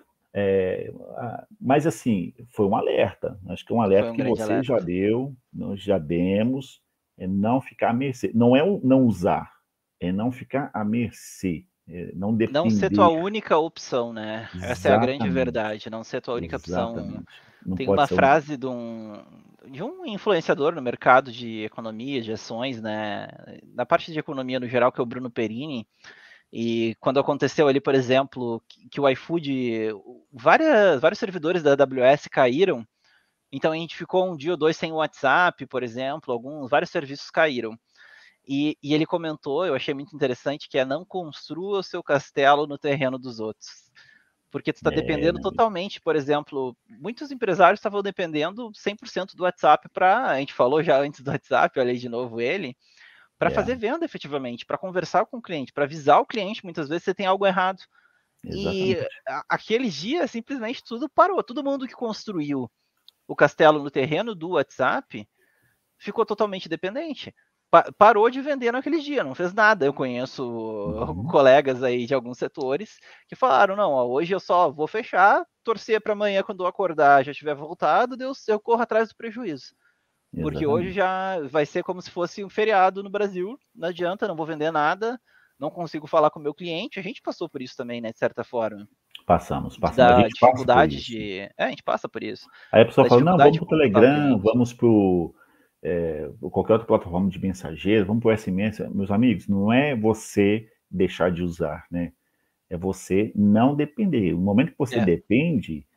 [SPEAKER 1] Mas assim, foi um alerta. Acho que é um
[SPEAKER 2] foi
[SPEAKER 1] alerta
[SPEAKER 2] um
[SPEAKER 1] que
[SPEAKER 2] grande
[SPEAKER 1] você já
[SPEAKER 2] alerta.
[SPEAKER 1] deu, nós já demos, é não ficar à mercê. Não é não usar, é não ficar à mercê, não
[SPEAKER 2] Não ser tua
[SPEAKER 1] depender.
[SPEAKER 2] única opção, né? Essa é a grande
[SPEAKER 1] Exatamente,
[SPEAKER 2] verdade, não ser tua única opção.
[SPEAKER 1] exatamente. Não
[SPEAKER 2] Tem
[SPEAKER 1] pode
[SPEAKER 2] uma
[SPEAKER 1] ser um.
[SPEAKER 2] frase de um influenciador no mercado de economia, de ações, né? Na parte de economia no geral, que é o Bruno Perini. E quando aconteceu ali, por exemplo, que o iFood, vários servidores da AWS caíram, então a gente ficou um dia ou dois sem o WhatsApp, por exemplo, vários serviços caíram. E ele comentou, eu achei muito interessante, que é não construa o seu castelo no terreno dos outros. Porque tu está dependendo
[SPEAKER 1] Meu amigo.
[SPEAKER 2] totalmente, por exemplo, muitos empresários estavam dependendo 100% do WhatsApp a gente falou já antes do WhatsApp, olhei de novo ele, para
[SPEAKER 1] É,
[SPEAKER 2] fazer venda efetivamente, para conversar com o cliente, para avisar o cliente, muitas vezes você tem algo errado. E
[SPEAKER 1] exatamente.
[SPEAKER 2] aqueles dias, simplesmente tudo parou. Todo mundo que construiu o castelo no terreno do WhatsApp ficou totalmente dependente. Parou de vender naquele dia, não fez nada. Eu conheço
[SPEAKER 1] Uhum.
[SPEAKER 2] colegas aí de alguns setores que falaram: não, ó, hoje eu só vou fechar, torcer para amanhã, quando eu acordar, já tiver voltado, eu corro atrás do prejuízo. Porque hoje
[SPEAKER 1] Exatamente.
[SPEAKER 2] já vai ser como se fosse um feriado no Brasil, não adianta, não vou vender nada, não consigo falar com o meu cliente. A gente passou por isso também, né, de certa forma.
[SPEAKER 1] A
[SPEAKER 2] Da
[SPEAKER 1] gente passa por
[SPEAKER 2] dificuldade
[SPEAKER 1] isso.
[SPEAKER 2] de. A gente passa por isso.
[SPEAKER 1] Aí a pessoa
[SPEAKER 2] Da
[SPEAKER 1] fala, não,
[SPEAKER 2] dificuldade
[SPEAKER 1] vamos
[SPEAKER 2] de
[SPEAKER 1] para o
[SPEAKER 2] contatar o
[SPEAKER 1] Telegram,
[SPEAKER 2] cliente.
[SPEAKER 1] vamos para qualquer outra plataforma de mensageiro, vamos para o SMS. Meus amigos, não é você deixar de usar, né? É você não depender. No momento que você
[SPEAKER 2] É,
[SPEAKER 1] depende,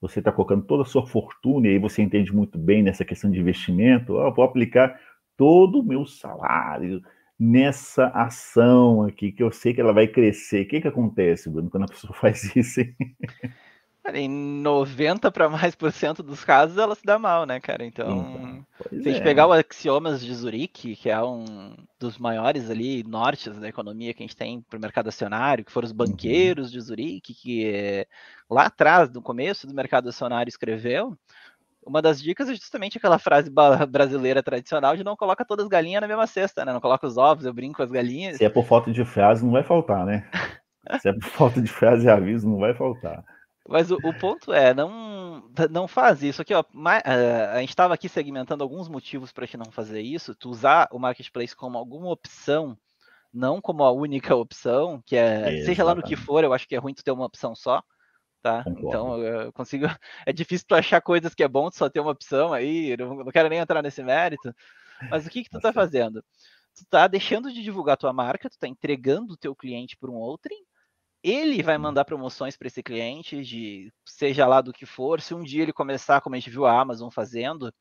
[SPEAKER 1] você está colocando toda a sua fortuna, e aí você entende muito bem nessa questão de investimento, eu vou aplicar todo o meu salário nessa ação aqui, que eu sei que ela vai crescer. O que acontece, Bruno, quando a pessoa faz isso, hein?
[SPEAKER 2] Cara, em 90 para mais por cento dos casos ela se dá mal, né, cara?
[SPEAKER 1] Então,
[SPEAKER 2] Então,
[SPEAKER 1] pois
[SPEAKER 2] se a gente pegar
[SPEAKER 1] é.
[SPEAKER 2] o Axiomas de Zurique, que é um dos maiores ali nortes da economia que a gente tem para o mercado acionário, que foram os
[SPEAKER 1] Uhum.
[SPEAKER 2] banqueiros de Zurique, que lá atrás, no começo do mercado acionário, escreveu. Uma das dicas é justamente aquela frase brasileira tradicional de não coloca todas as galinhas na mesma cesta, né? Não coloca os ovos, eu brinco com as galinhas.
[SPEAKER 1] Se é por falta de frase, não vai faltar, né? Se é por falta de frase e aviso, não vai faltar.
[SPEAKER 2] Mas o ponto é, não faz isso aqui, ó. A gente estava aqui segmentando alguns motivos para te não fazer isso. Tu usar o marketplace como alguma opção, não como a única opção, que é, seja lá no que
[SPEAKER 1] Exatamente.
[SPEAKER 2] for, eu acho que é ruim tu ter uma opção só, tá?
[SPEAKER 1] Concordo.
[SPEAKER 2] Então eu consigo. É difícil tu achar coisas que é bom tu só ter uma opção aí. Não quero nem entrar nesse mérito. Mas o que tu
[SPEAKER 1] Tá
[SPEAKER 2] tá
[SPEAKER 1] certo.
[SPEAKER 2] fazendo? Tu tá deixando de divulgar tua marca, tu tá entregando o teu cliente para um outro. Ele vai mandar promoções para esse cliente, de seja lá do que for. Se um dia ele começar, como a gente viu a Amazon fazendo,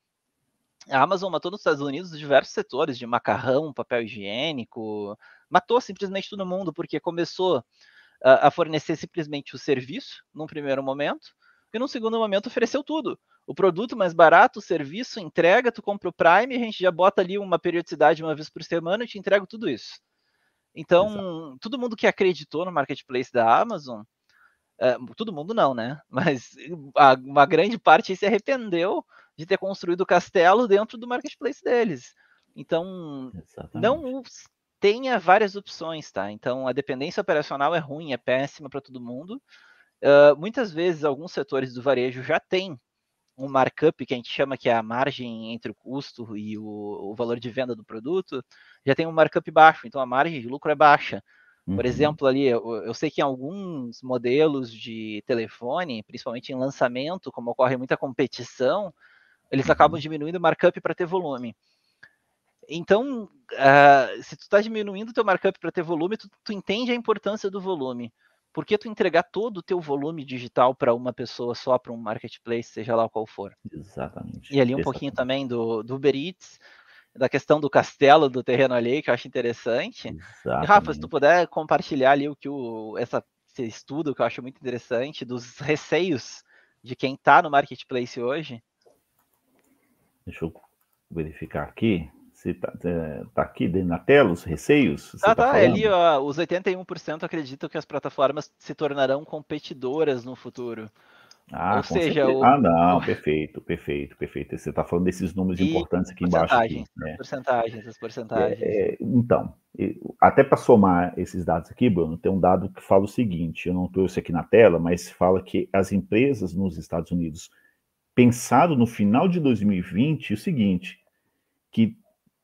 [SPEAKER 2] a Amazon matou nos Estados Unidos diversos setores, de macarrão, papel higiênico, matou simplesmente todo mundo, porque começou a fornecer simplesmente o serviço, num primeiro momento, e num segundo momento ofereceu tudo. O produto mais barato, o serviço, entrega, tu compra o Prime, a gente já bota ali uma periodicidade uma vez por semana e te entrega tudo isso.
[SPEAKER 1] Exato.
[SPEAKER 2] Então, todo mundo que acreditou no marketplace da Amazon, todo mundo não, né? Mas uma grande parte se arrependeu de ter construído o castelo dentro do marketplace deles. Então,
[SPEAKER 1] Exatamente.
[SPEAKER 2] não tenha várias opções, tá? Então, a dependência operacional é ruim, é péssima para todo mundo. Muitas vezes, alguns setores do varejo já têm um markup, que a gente chama que é a margem entre o custo e o valor de venda do produto, já tem um markup baixo, então a margem de lucro é baixa. Por
[SPEAKER 1] Uhum.
[SPEAKER 2] exemplo, ali, eu sei que em alguns modelos de telefone, principalmente em lançamento, como ocorre muita competição, eles acabam
[SPEAKER 1] Uhum.
[SPEAKER 2] diminuindo o markup para ter volume. Então, se tu está diminuindo o teu markup para ter volume, tu entende a importância do volume. Por que tu entregar todo o teu volume digital para uma pessoa só, para um marketplace, seja lá qual for?
[SPEAKER 1] Exatamente.
[SPEAKER 2] E ali um pouquinho
[SPEAKER 1] Exatamente.
[SPEAKER 2] também do Uber Eats, da questão do castelo do terreno alheio, que eu acho interessante. E, Rafa, se tu
[SPEAKER 1] Exatamente.
[SPEAKER 2] puder compartilhar ali esse estudo que eu acho muito interessante, dos receios de quem está no marketplace hoje.
[SPEAKER 1] Deixa eu verificar aqui. Se tá aqui dentro na tela os receios, você está
[SPEAKER 2] Tá, ali
[SPEAKER 1] falando?
[SPEAKER 2] ó, os 81% acreditam que as plataformas se tornarão competidoras no futuro.
[SPEAKER 1] Ah,
[SPEAKER 2] Ou
[SPEAKER 1] com
[SPEAKER 2] seja,
[SPEAKER 1] certeza. Ah, não, perfeito, perfeito, perfeito. Você está falando desses números
[SPEAKER 2] e
[SPEAKER 1] importantes aqui embaixo aqui,
[SPEAKER 2] porcentagens,
[SPEAKER 1] né?
[SPEAKER 2] as porcentagens.
[SPEAKER 1] Então, até para somar esses dados aqui, Bruno, tem um dado que fala o seguinte: eu não trouxe aqui na tela, mas fala que as empresas nos Estados Unidos pensaram no final de 2020 o seguinte, que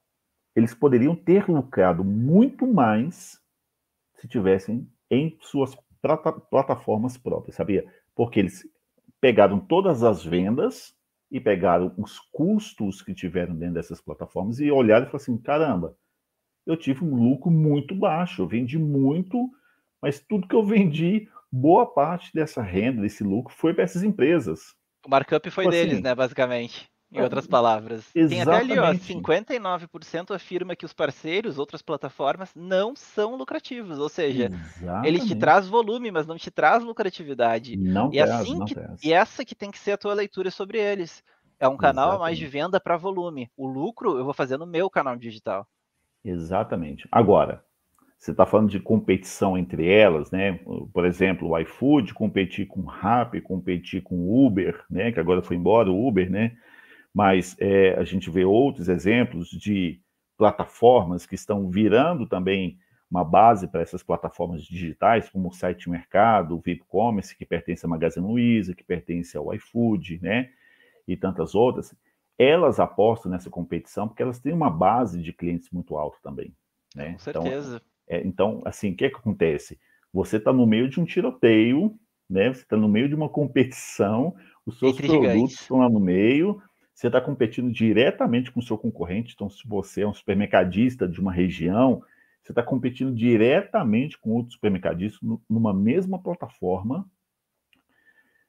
[SPEAKER 1] eles poderiam ter lucrado muito mais se tivessem em suas plataformas próprias, sabia? Porque eles pegaram todas as vendas e pegaram os custos que tiveram dentro dessas plataformas e olharam e falaram assim: caramba, eu tive um lucro muito baixo, eu vendi muito, mas tudo que eu vendi, boa parte dessa renda, desse lucro, foi para essas empresas.
[SPEAKER 2] O markup foi
[SPEAKER 1] Tipo
[SPEAKER 2] deles,
[SPEAKER 1] assim,
[SPEAKER 2] né, basicamente. Em outras palavras. Tem até ali, ó,
[SPEAKER 1] exatamente,
[SPEAKER 2] 59% afirma que os parceiros, outras plataformas, não são lucrativos. Ou seja, eles te
[SPEAKER 1] exatamente.
[SPEAKER 2] traz volume, mas não te traz lucratividade.
[SPEAKER 1] Não
[SPEAKER 2] E
[SPEAKER 1] traz,
[SPEAKER 2] assim
[SPEAKER 1] não
[SPEAKER 2] que e
[SPEAKER 1] traz.
[SPEAKER 2] essa que tem que ser a tua leitura sobre eles. É um canal a mais de
[SPEAKER 1] Exatamente.
[SPEAKER 2] venda para volume. O lucro eu vou fazer no meu canal digital.
[SPEAKER 1] Exatamente. Agora, você está falando de competição entre elas, né? Por exemplo, o iFood competir com o Rappi, competir com o Uber, né? Que agora foi embora o Uber, né? Mas a gente vê outros exemplos de plataformas que estão virando também uma base para essas plataformas digitais, como o Site Mercado, o VipCommerce, que pertence à Magazine Luiza, que pertence ao iFood, né? E tantas outras. Elas apostam nessa competição porque elas têm uma base de clientes muito alta também,
[SPEAKER 2] Com
[SPEAKER 1] né? Então,
[SPEAKER 2] certeza.
[SPEAKER 1] assim, o que é que acontece? Você está no meio de um tiroteio, né? Você está no meio de uma competição, os seus
[SPEAKER 2] Entre
[SPEAKER 1] produtos
[SPEAKER 2] gigantes.
[SPEAKER 1] estão lá no meio, você está competindo diretamente com o seu concorrente. Então, se você é um supermercadista de uma região, você está competindo diretamente com outros supermercadistas numa mesma plataforma,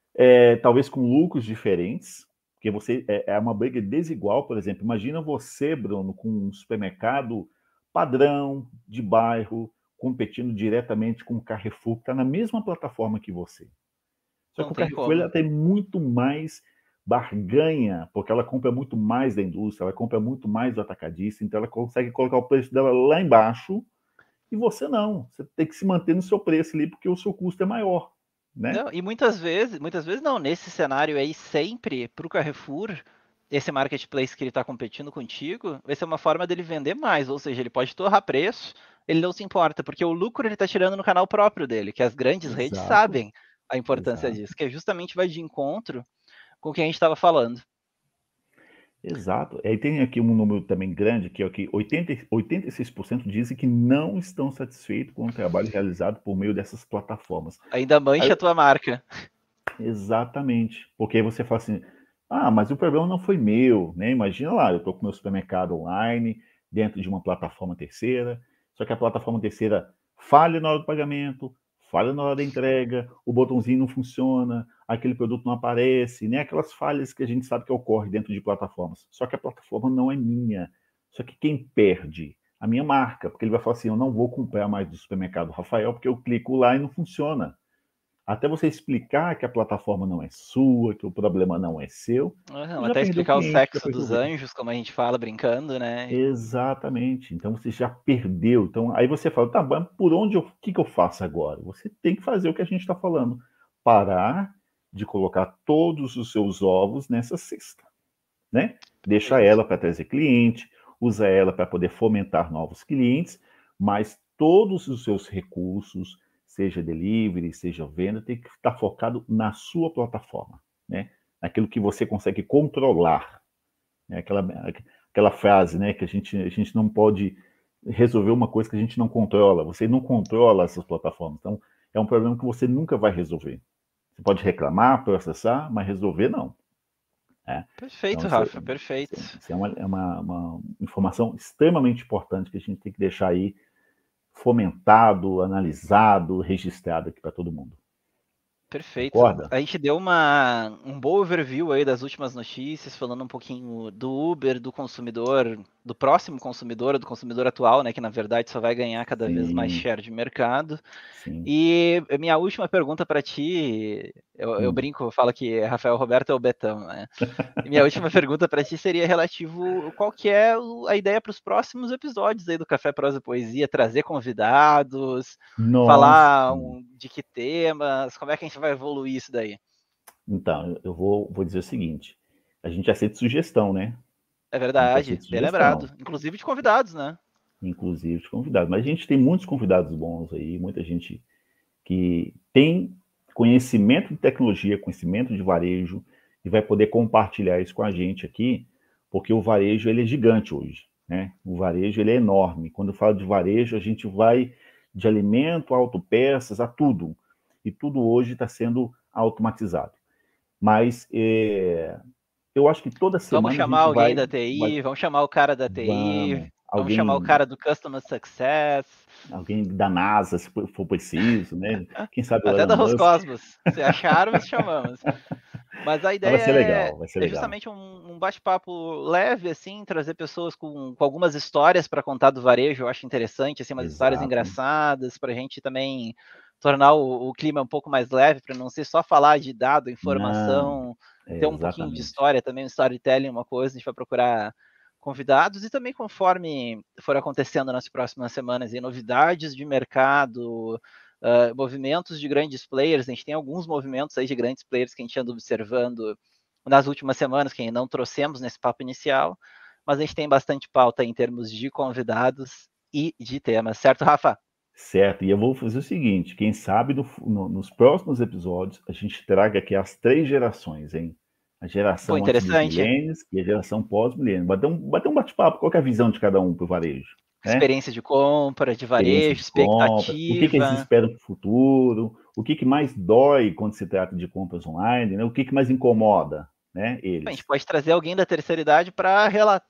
[SPEAKER 1] talvez com lucros diferentes, porque você é uma briga desigual, por exemplo. Imagina você, Bruno, com um supermercado padrão de bairro, competindo diretamente com o Carrefour, que está na mesma plataforma que você. Só
[SPEAKER 2] Não
[SPEAKER 1] que o
[SPEAKER 2] tem
[SPEAKER 1] Carrefour
[SPEAKER 2] como.
[SPEAKER 1] ela tem muito mais barganha, porque ela compra muito mais da indústria, ela compra muito mais do atacadista, então ela consegue colocar o preço dela lá embaixo, e você não. Você tem que se manter no seu preço ali, porque o seu custo é maior, né?
[SPEAKER 2] Não, e muitas vezes não, nesse cenário aí, sempre para o Carrefour, esse marketplace que ele está competindo contigo, vai ser uma forma dele vender mais, ou seja, ele pode torrar preço, ele não se importa, porque o lucro ele está tirando no canal próprio dele, que as grandes redes
[SPEAKER 1] Exato,
[SPEAKER 2] sabem a importância
[SPEAKER 1] exato.
[SPEAKER 2] disso, que é justamente vai de encontro com o que a gente estava falando.
[SPEAKER 1] Exato. Aí tem aqui um número também grande, que é o que 86% dizem que não estão satisfeitos com o trabalho realizado por meio dessas plataformas.
[SPEAKER 2] Ainda
[SPEAKER 1] Aí,
[SPEAKER 2] mancha a tua marca.
[SPEAKER 1] exatamente. Porque aí você fala assim, mas o problema não foi meu, né? Imagina lá, eu estou com meu supermercado online, dentro de uma plataforma terceira, só que a plataforma terceira falha na hora do pagamento, falha na hora da entrega, o botãozinho não funciona, aquele produto não aparece, né? Aquelas falhas que a gente sabe que ocorrem dentro de plataformas. Só que a plataforma não é minha. Só que quem perde? A minha marca, porque ele vai falar assim, eu não vou comprar mais do supermercado Rafael, porque eu clico lá e não funciona. Até você explicar que a plataforma não é sua, que o problema não é seu,
[SPEAKER 2] Uhum,
[SPEAKER 1] você já
[SPEAKER 2] até
[SPEAKER 1] perdeu o
[SPEAKER 2] explicar o
[SPEAKER 1] cliente para
[SPEAKER 2] sexo dos
[SPEAKER 1] resolver.
[SPEAKER 2] anjos, como a gente fala brincando, né?
[SPEAKER 1] Exatamente. Então você já perdeu. Então aí você fala, tá, mas por onde o que eu faço agora? Você tem que fazer o que a gente está falando. Parar de colocar todos os seus ovos nessa cesta, né? Deixa
[SPEAKER 2] Perfeito.
[SPEAKER 1] ela para trazer cliente, usa ela para poder fomentar novos clientes, mas todos os seus recursos, seja delivery, seja venda, tem que estar focado na sua plataforma, né? Naquilo que você consegue controlar, né? Aquela frase, né? Que a gente não pode resolver uma coisa que a gente não controla. Você não controla essas plataformas. Então, é um problema que você nunca vai resolver. Você pode reclamar, processar, mas resolver não. Né? Então,
[SPEAKER 2] Perfeito,
[SPEAKER 1] isso,
[SPEAKER 2] Rafa, perfeito.
[SPEAKER 1] isso é uma informação extremamente importante que a gente tem que deixar aí fomentado, analisado, registrado aqui para todo mundo.
[SPEAKER 2] Perfeito.
[SPEAKER 1] Concorda?
[SPEAKER 2] A gente deu um bom overview aí das últimas notícias, falando um pouquinho do Uber, do consumidor, do próximo consumidor, do consumidor atual, né, que na verdade só vai ganhar cada vez mais
[SPEAKER 1] Sim,
[SPEAKER 2] share de mercado.
[SPEAKER 1] sim.
[SPEAKER 2] E a minha última pergunta para ti, eu
[SPEAKER 1] Hum.
[SPEAKER 2] brinco, eu falo que Rafael Roberto é o Betão, né? E minha última pergunta para ti seria relativo qual que é a ideia para os próximos episódios aí do Café Prosa e Poesia, trazer convidados,
[SPEAKER 1] Nossa.
[SPEAKER 2] falar de que temas, como é que a gente vai evoluir isso daí?
[SPEAKER 1] Então, eu vou dizer o seguinte: a gente aceita sugestão, né?
[SPEAKER 2] É
[SPEAKER 1] A gente
[SPEAKER 2] verdade,
[SPEAKER 1] aceita
[SPEAKER 2] bem lembrado.
[SPEAKER 1] sugestão,
[SPEAKER 2] Inclusive de convidados, né?
[SPEAKER 1] inclusive de convidados. Mas a gente tem muitos convidados bons aí, muita gente que tem conhecimento de tecnologia, conhecimento de varejo, e vai poder compartilhar isso com a gente aqui, porque o varejo ele é gigante hoje, né? O varejo ele é enorme. Quando eu falo de varejo, a gente vai de alimento, autopeças, a tudo. E tudo hoje está sendo automatizado. Mas eu acho que toda
[SPEAKER 2] Vamos
[SPEAKER 1] semana a
[SPEAKER 2] chamar
[SPEAKER 1] gente
[SPEAKER 2] alguém da
[SPEAKER 1] vai
[SPEAKER 2] TI, vamos chamar o cara da TI,
[SPEAKER 1] vamos,
[SPEAKER 2] vamos chamar o cara do Customer Success,
[SPEAKER 1] alguém da NASA, se for preciso, né? Quem sabe o
[SPEAKER 2] até
[SPEAKER 1] Elon
[SPEAKER 2] da
[SPEAKER 1] Musk.
[SPEAKER 2] Roscosmos. Se acharmos, chamamos. Mas a
[SPEAKER 1] Mas vai
[SPEAKER 2] ideia
[SPEAKER 1] ser legal, vai ser
[SPEAKER 2] é
[SPEAKER 1] legal.
[SPEAKER 2] justamente um bate-papo leve, assim, trazer pessoas com algumas histórias para contar do varejo. Eu acho interessante, assim, umas histórias
[SPEAKER 1] Exato.
[SPEAKER 2] engraçadas, para a gente também tornar o clima um pouco mais leve, para não ser só falar de dado,
[SPEAKER 1] Não,
[SPEAKER 2] informação, ter um pouquinho de
[SPEAKER 1] exatamente.
[SPEAKER 2] história também, um storytelling, uma coisa. A gente vai procurar convidados e também conforme for acontecendo nas próximas semanas e novidades de mercado, movimentos de grandes players. A gente tem alguns movimentos aí de grandes players que a gente anda observando nas últimas semanas, que não trouxemos nesse papo inicial, mas a gente tem bastante pauta em termos de convidados e de temas, certo, Rafa?
[SPEAKER 1] Certo, e eu vou fazer o seguinte: quem sabe nos próximos episódios a gente traga aqui as três gerações, hein? A
[SPEAKER 2] Pô,
[SPEAKER 1] geração antes dos
[SPEAKER 2] interessante.
[SPEAKER 1] milênios e a geração pós-milênio. Bater um bate-papo, qual que é a visão de cada um para o varejo, né?
[SPEAKER 2] Experiência de compra, de
[SPEAKER 1] Experiência
[SPEAKER 2] varejo,
[SPEAKER 1] de compra, o que que eles
[SPEAKER 2] expectativa.
[SPEAKER 1] esperam para o futuro, o que que mais dói quando se trata de compras online, né? O que que mais incomoda, né,
[SPEAKER 2] A gente
[SPEAKER 1] eles.
[SPEAKER 2] pode trazer alguém da terceira idade para relatar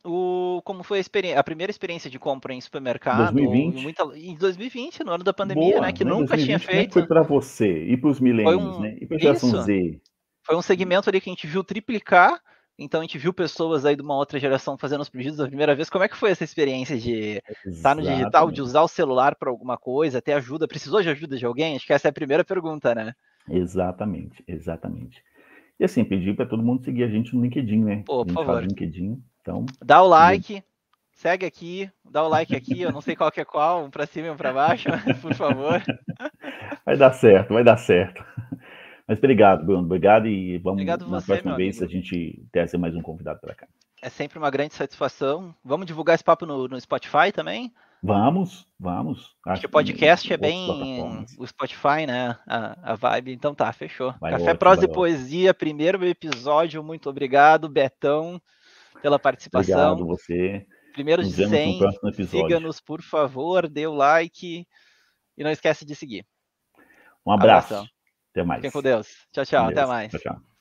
[SPEAKER 2] como foi a primeira experiência de compra em supermercado,
[SPEAKER 1] 2020.
[SPEAKER 2] Em 2020, no ano da pandemia, né?
[SPEAKER 1] Boa,
[SPEAKER 2] Que
[SPEAKER 1] né?
[SPEAKER 2] nunca tinha
[SPEAKER 1] 2020, como é que foi
[SPEAKER 2] feito.
[SPEAKER 1] para você e para os
[SPEAKER 2] Foi
[SPEAKER 1] milênios, né? E para a geração
[SPEAKER 2] isso.
[SPEAKER 1] Z?
[SPEAKER 2] Foi um segmento ali que a gente viu triplicar. Então a gente viu pessoas aí de uma outra geração fazendo os pedidos da primeira vez. Como é que foi essa experiência de estar no digital, de
[SPEAKER 1] Exatamente.
[SPEAKER 2] usar o celular para alguma coisa, ter ajuda? Precisou de ajuda de alguém? Acho que essa é a primeira pergunta, né?
[SPEAKER 1] Exatamente, exatamente. E assim, pedir para todo mundo seguir a gente no LinkedIn, né?
[SPEAKER 2] Pô,
[SPEAKER 1] A
[SPEAKER 2] por
[SPEAKER 1] gente fala
[SPEAKER 2] favor.
[SPEAKER 1] do LinkedIn, então
[SPEAKER 2] Dá o
[SPEAKER 1] siga.
[SPEAKER 2] like, segue aqui, dá o like aqui, eu não sei qual que é qual, um para cima e um para baixo, por favor.
[SPEAKER 1] Vai dar certo, vai dar certo. Mas obrigado, Bruno. Obrigado e vamos,
[SPEAKER 2] Obrigado
[SPEAKER 1] na
[SPEAKER 2] você,
[SPEAKER 1] próxima
[SPEAKER 2] meu
[SPEAKER 1] vez, a
[SPEAKER 2] amigo.
[SPEAKER 1] gente trazer mais um convidado para cá.
[SPEAKER 2] É sempre uma grande satisfação. Vamos divulgar esse papo no Spotify também?
[SPEAKER 1] Vamos, vamos.
[SPEAKER 2] Acho que
[SPEAKER 1] Acho
[SPEAKER 2] o
[SPEAKER 1] que
[SPEAKER 2] podcast é
[SPEAKER 1] outras
[SPEAKER 2] bem
[SPEAKER 1] plataformas.
[SPEAKER 2] o Spotify, né? A vibe. Então tá, fechou.
[SPEAKER 1] Vai
[SPEAKER 2] Café,
[SPEAKER 1] ótimo,
[SPEAKER 2] prosa
[SPEAKER 1] vai
[SPEAKER 2] e
[SPEAKER 1] ótimo.
[SPEAKER 2] poesia, primeiro episódio. Muito obrigado, Betão, pela
[SPEAKER 1] Obrigado
[SPEAKER 2] participação.
[SPEAKER 1] você.
[SPEAKER 2] Primeiro de
[SPEAKER 1] Nos vemos no
[SPEAKER 2] 100.
[SPEAKER 1] próximo episódio.
[SPEAKER 2] Siga-nos, por favor, dê o like e não esquece de seguir.
[SPEAKER 1] Um
[SPEAKER 2] Abração.
[SPEAKER 1] abraço. Até
[SPEAKER 2] Fiquem com
[SPEAKER 1] mais.
[SPEAKER 2] Deus. Tchau,
[SPEAKER 1] Com
[SPEAKER 2] tchau. Até
[SPEAKER 1] Deus. Tchau,
[SPEAKER 2] mais.
[SPEAKER 1] tchau.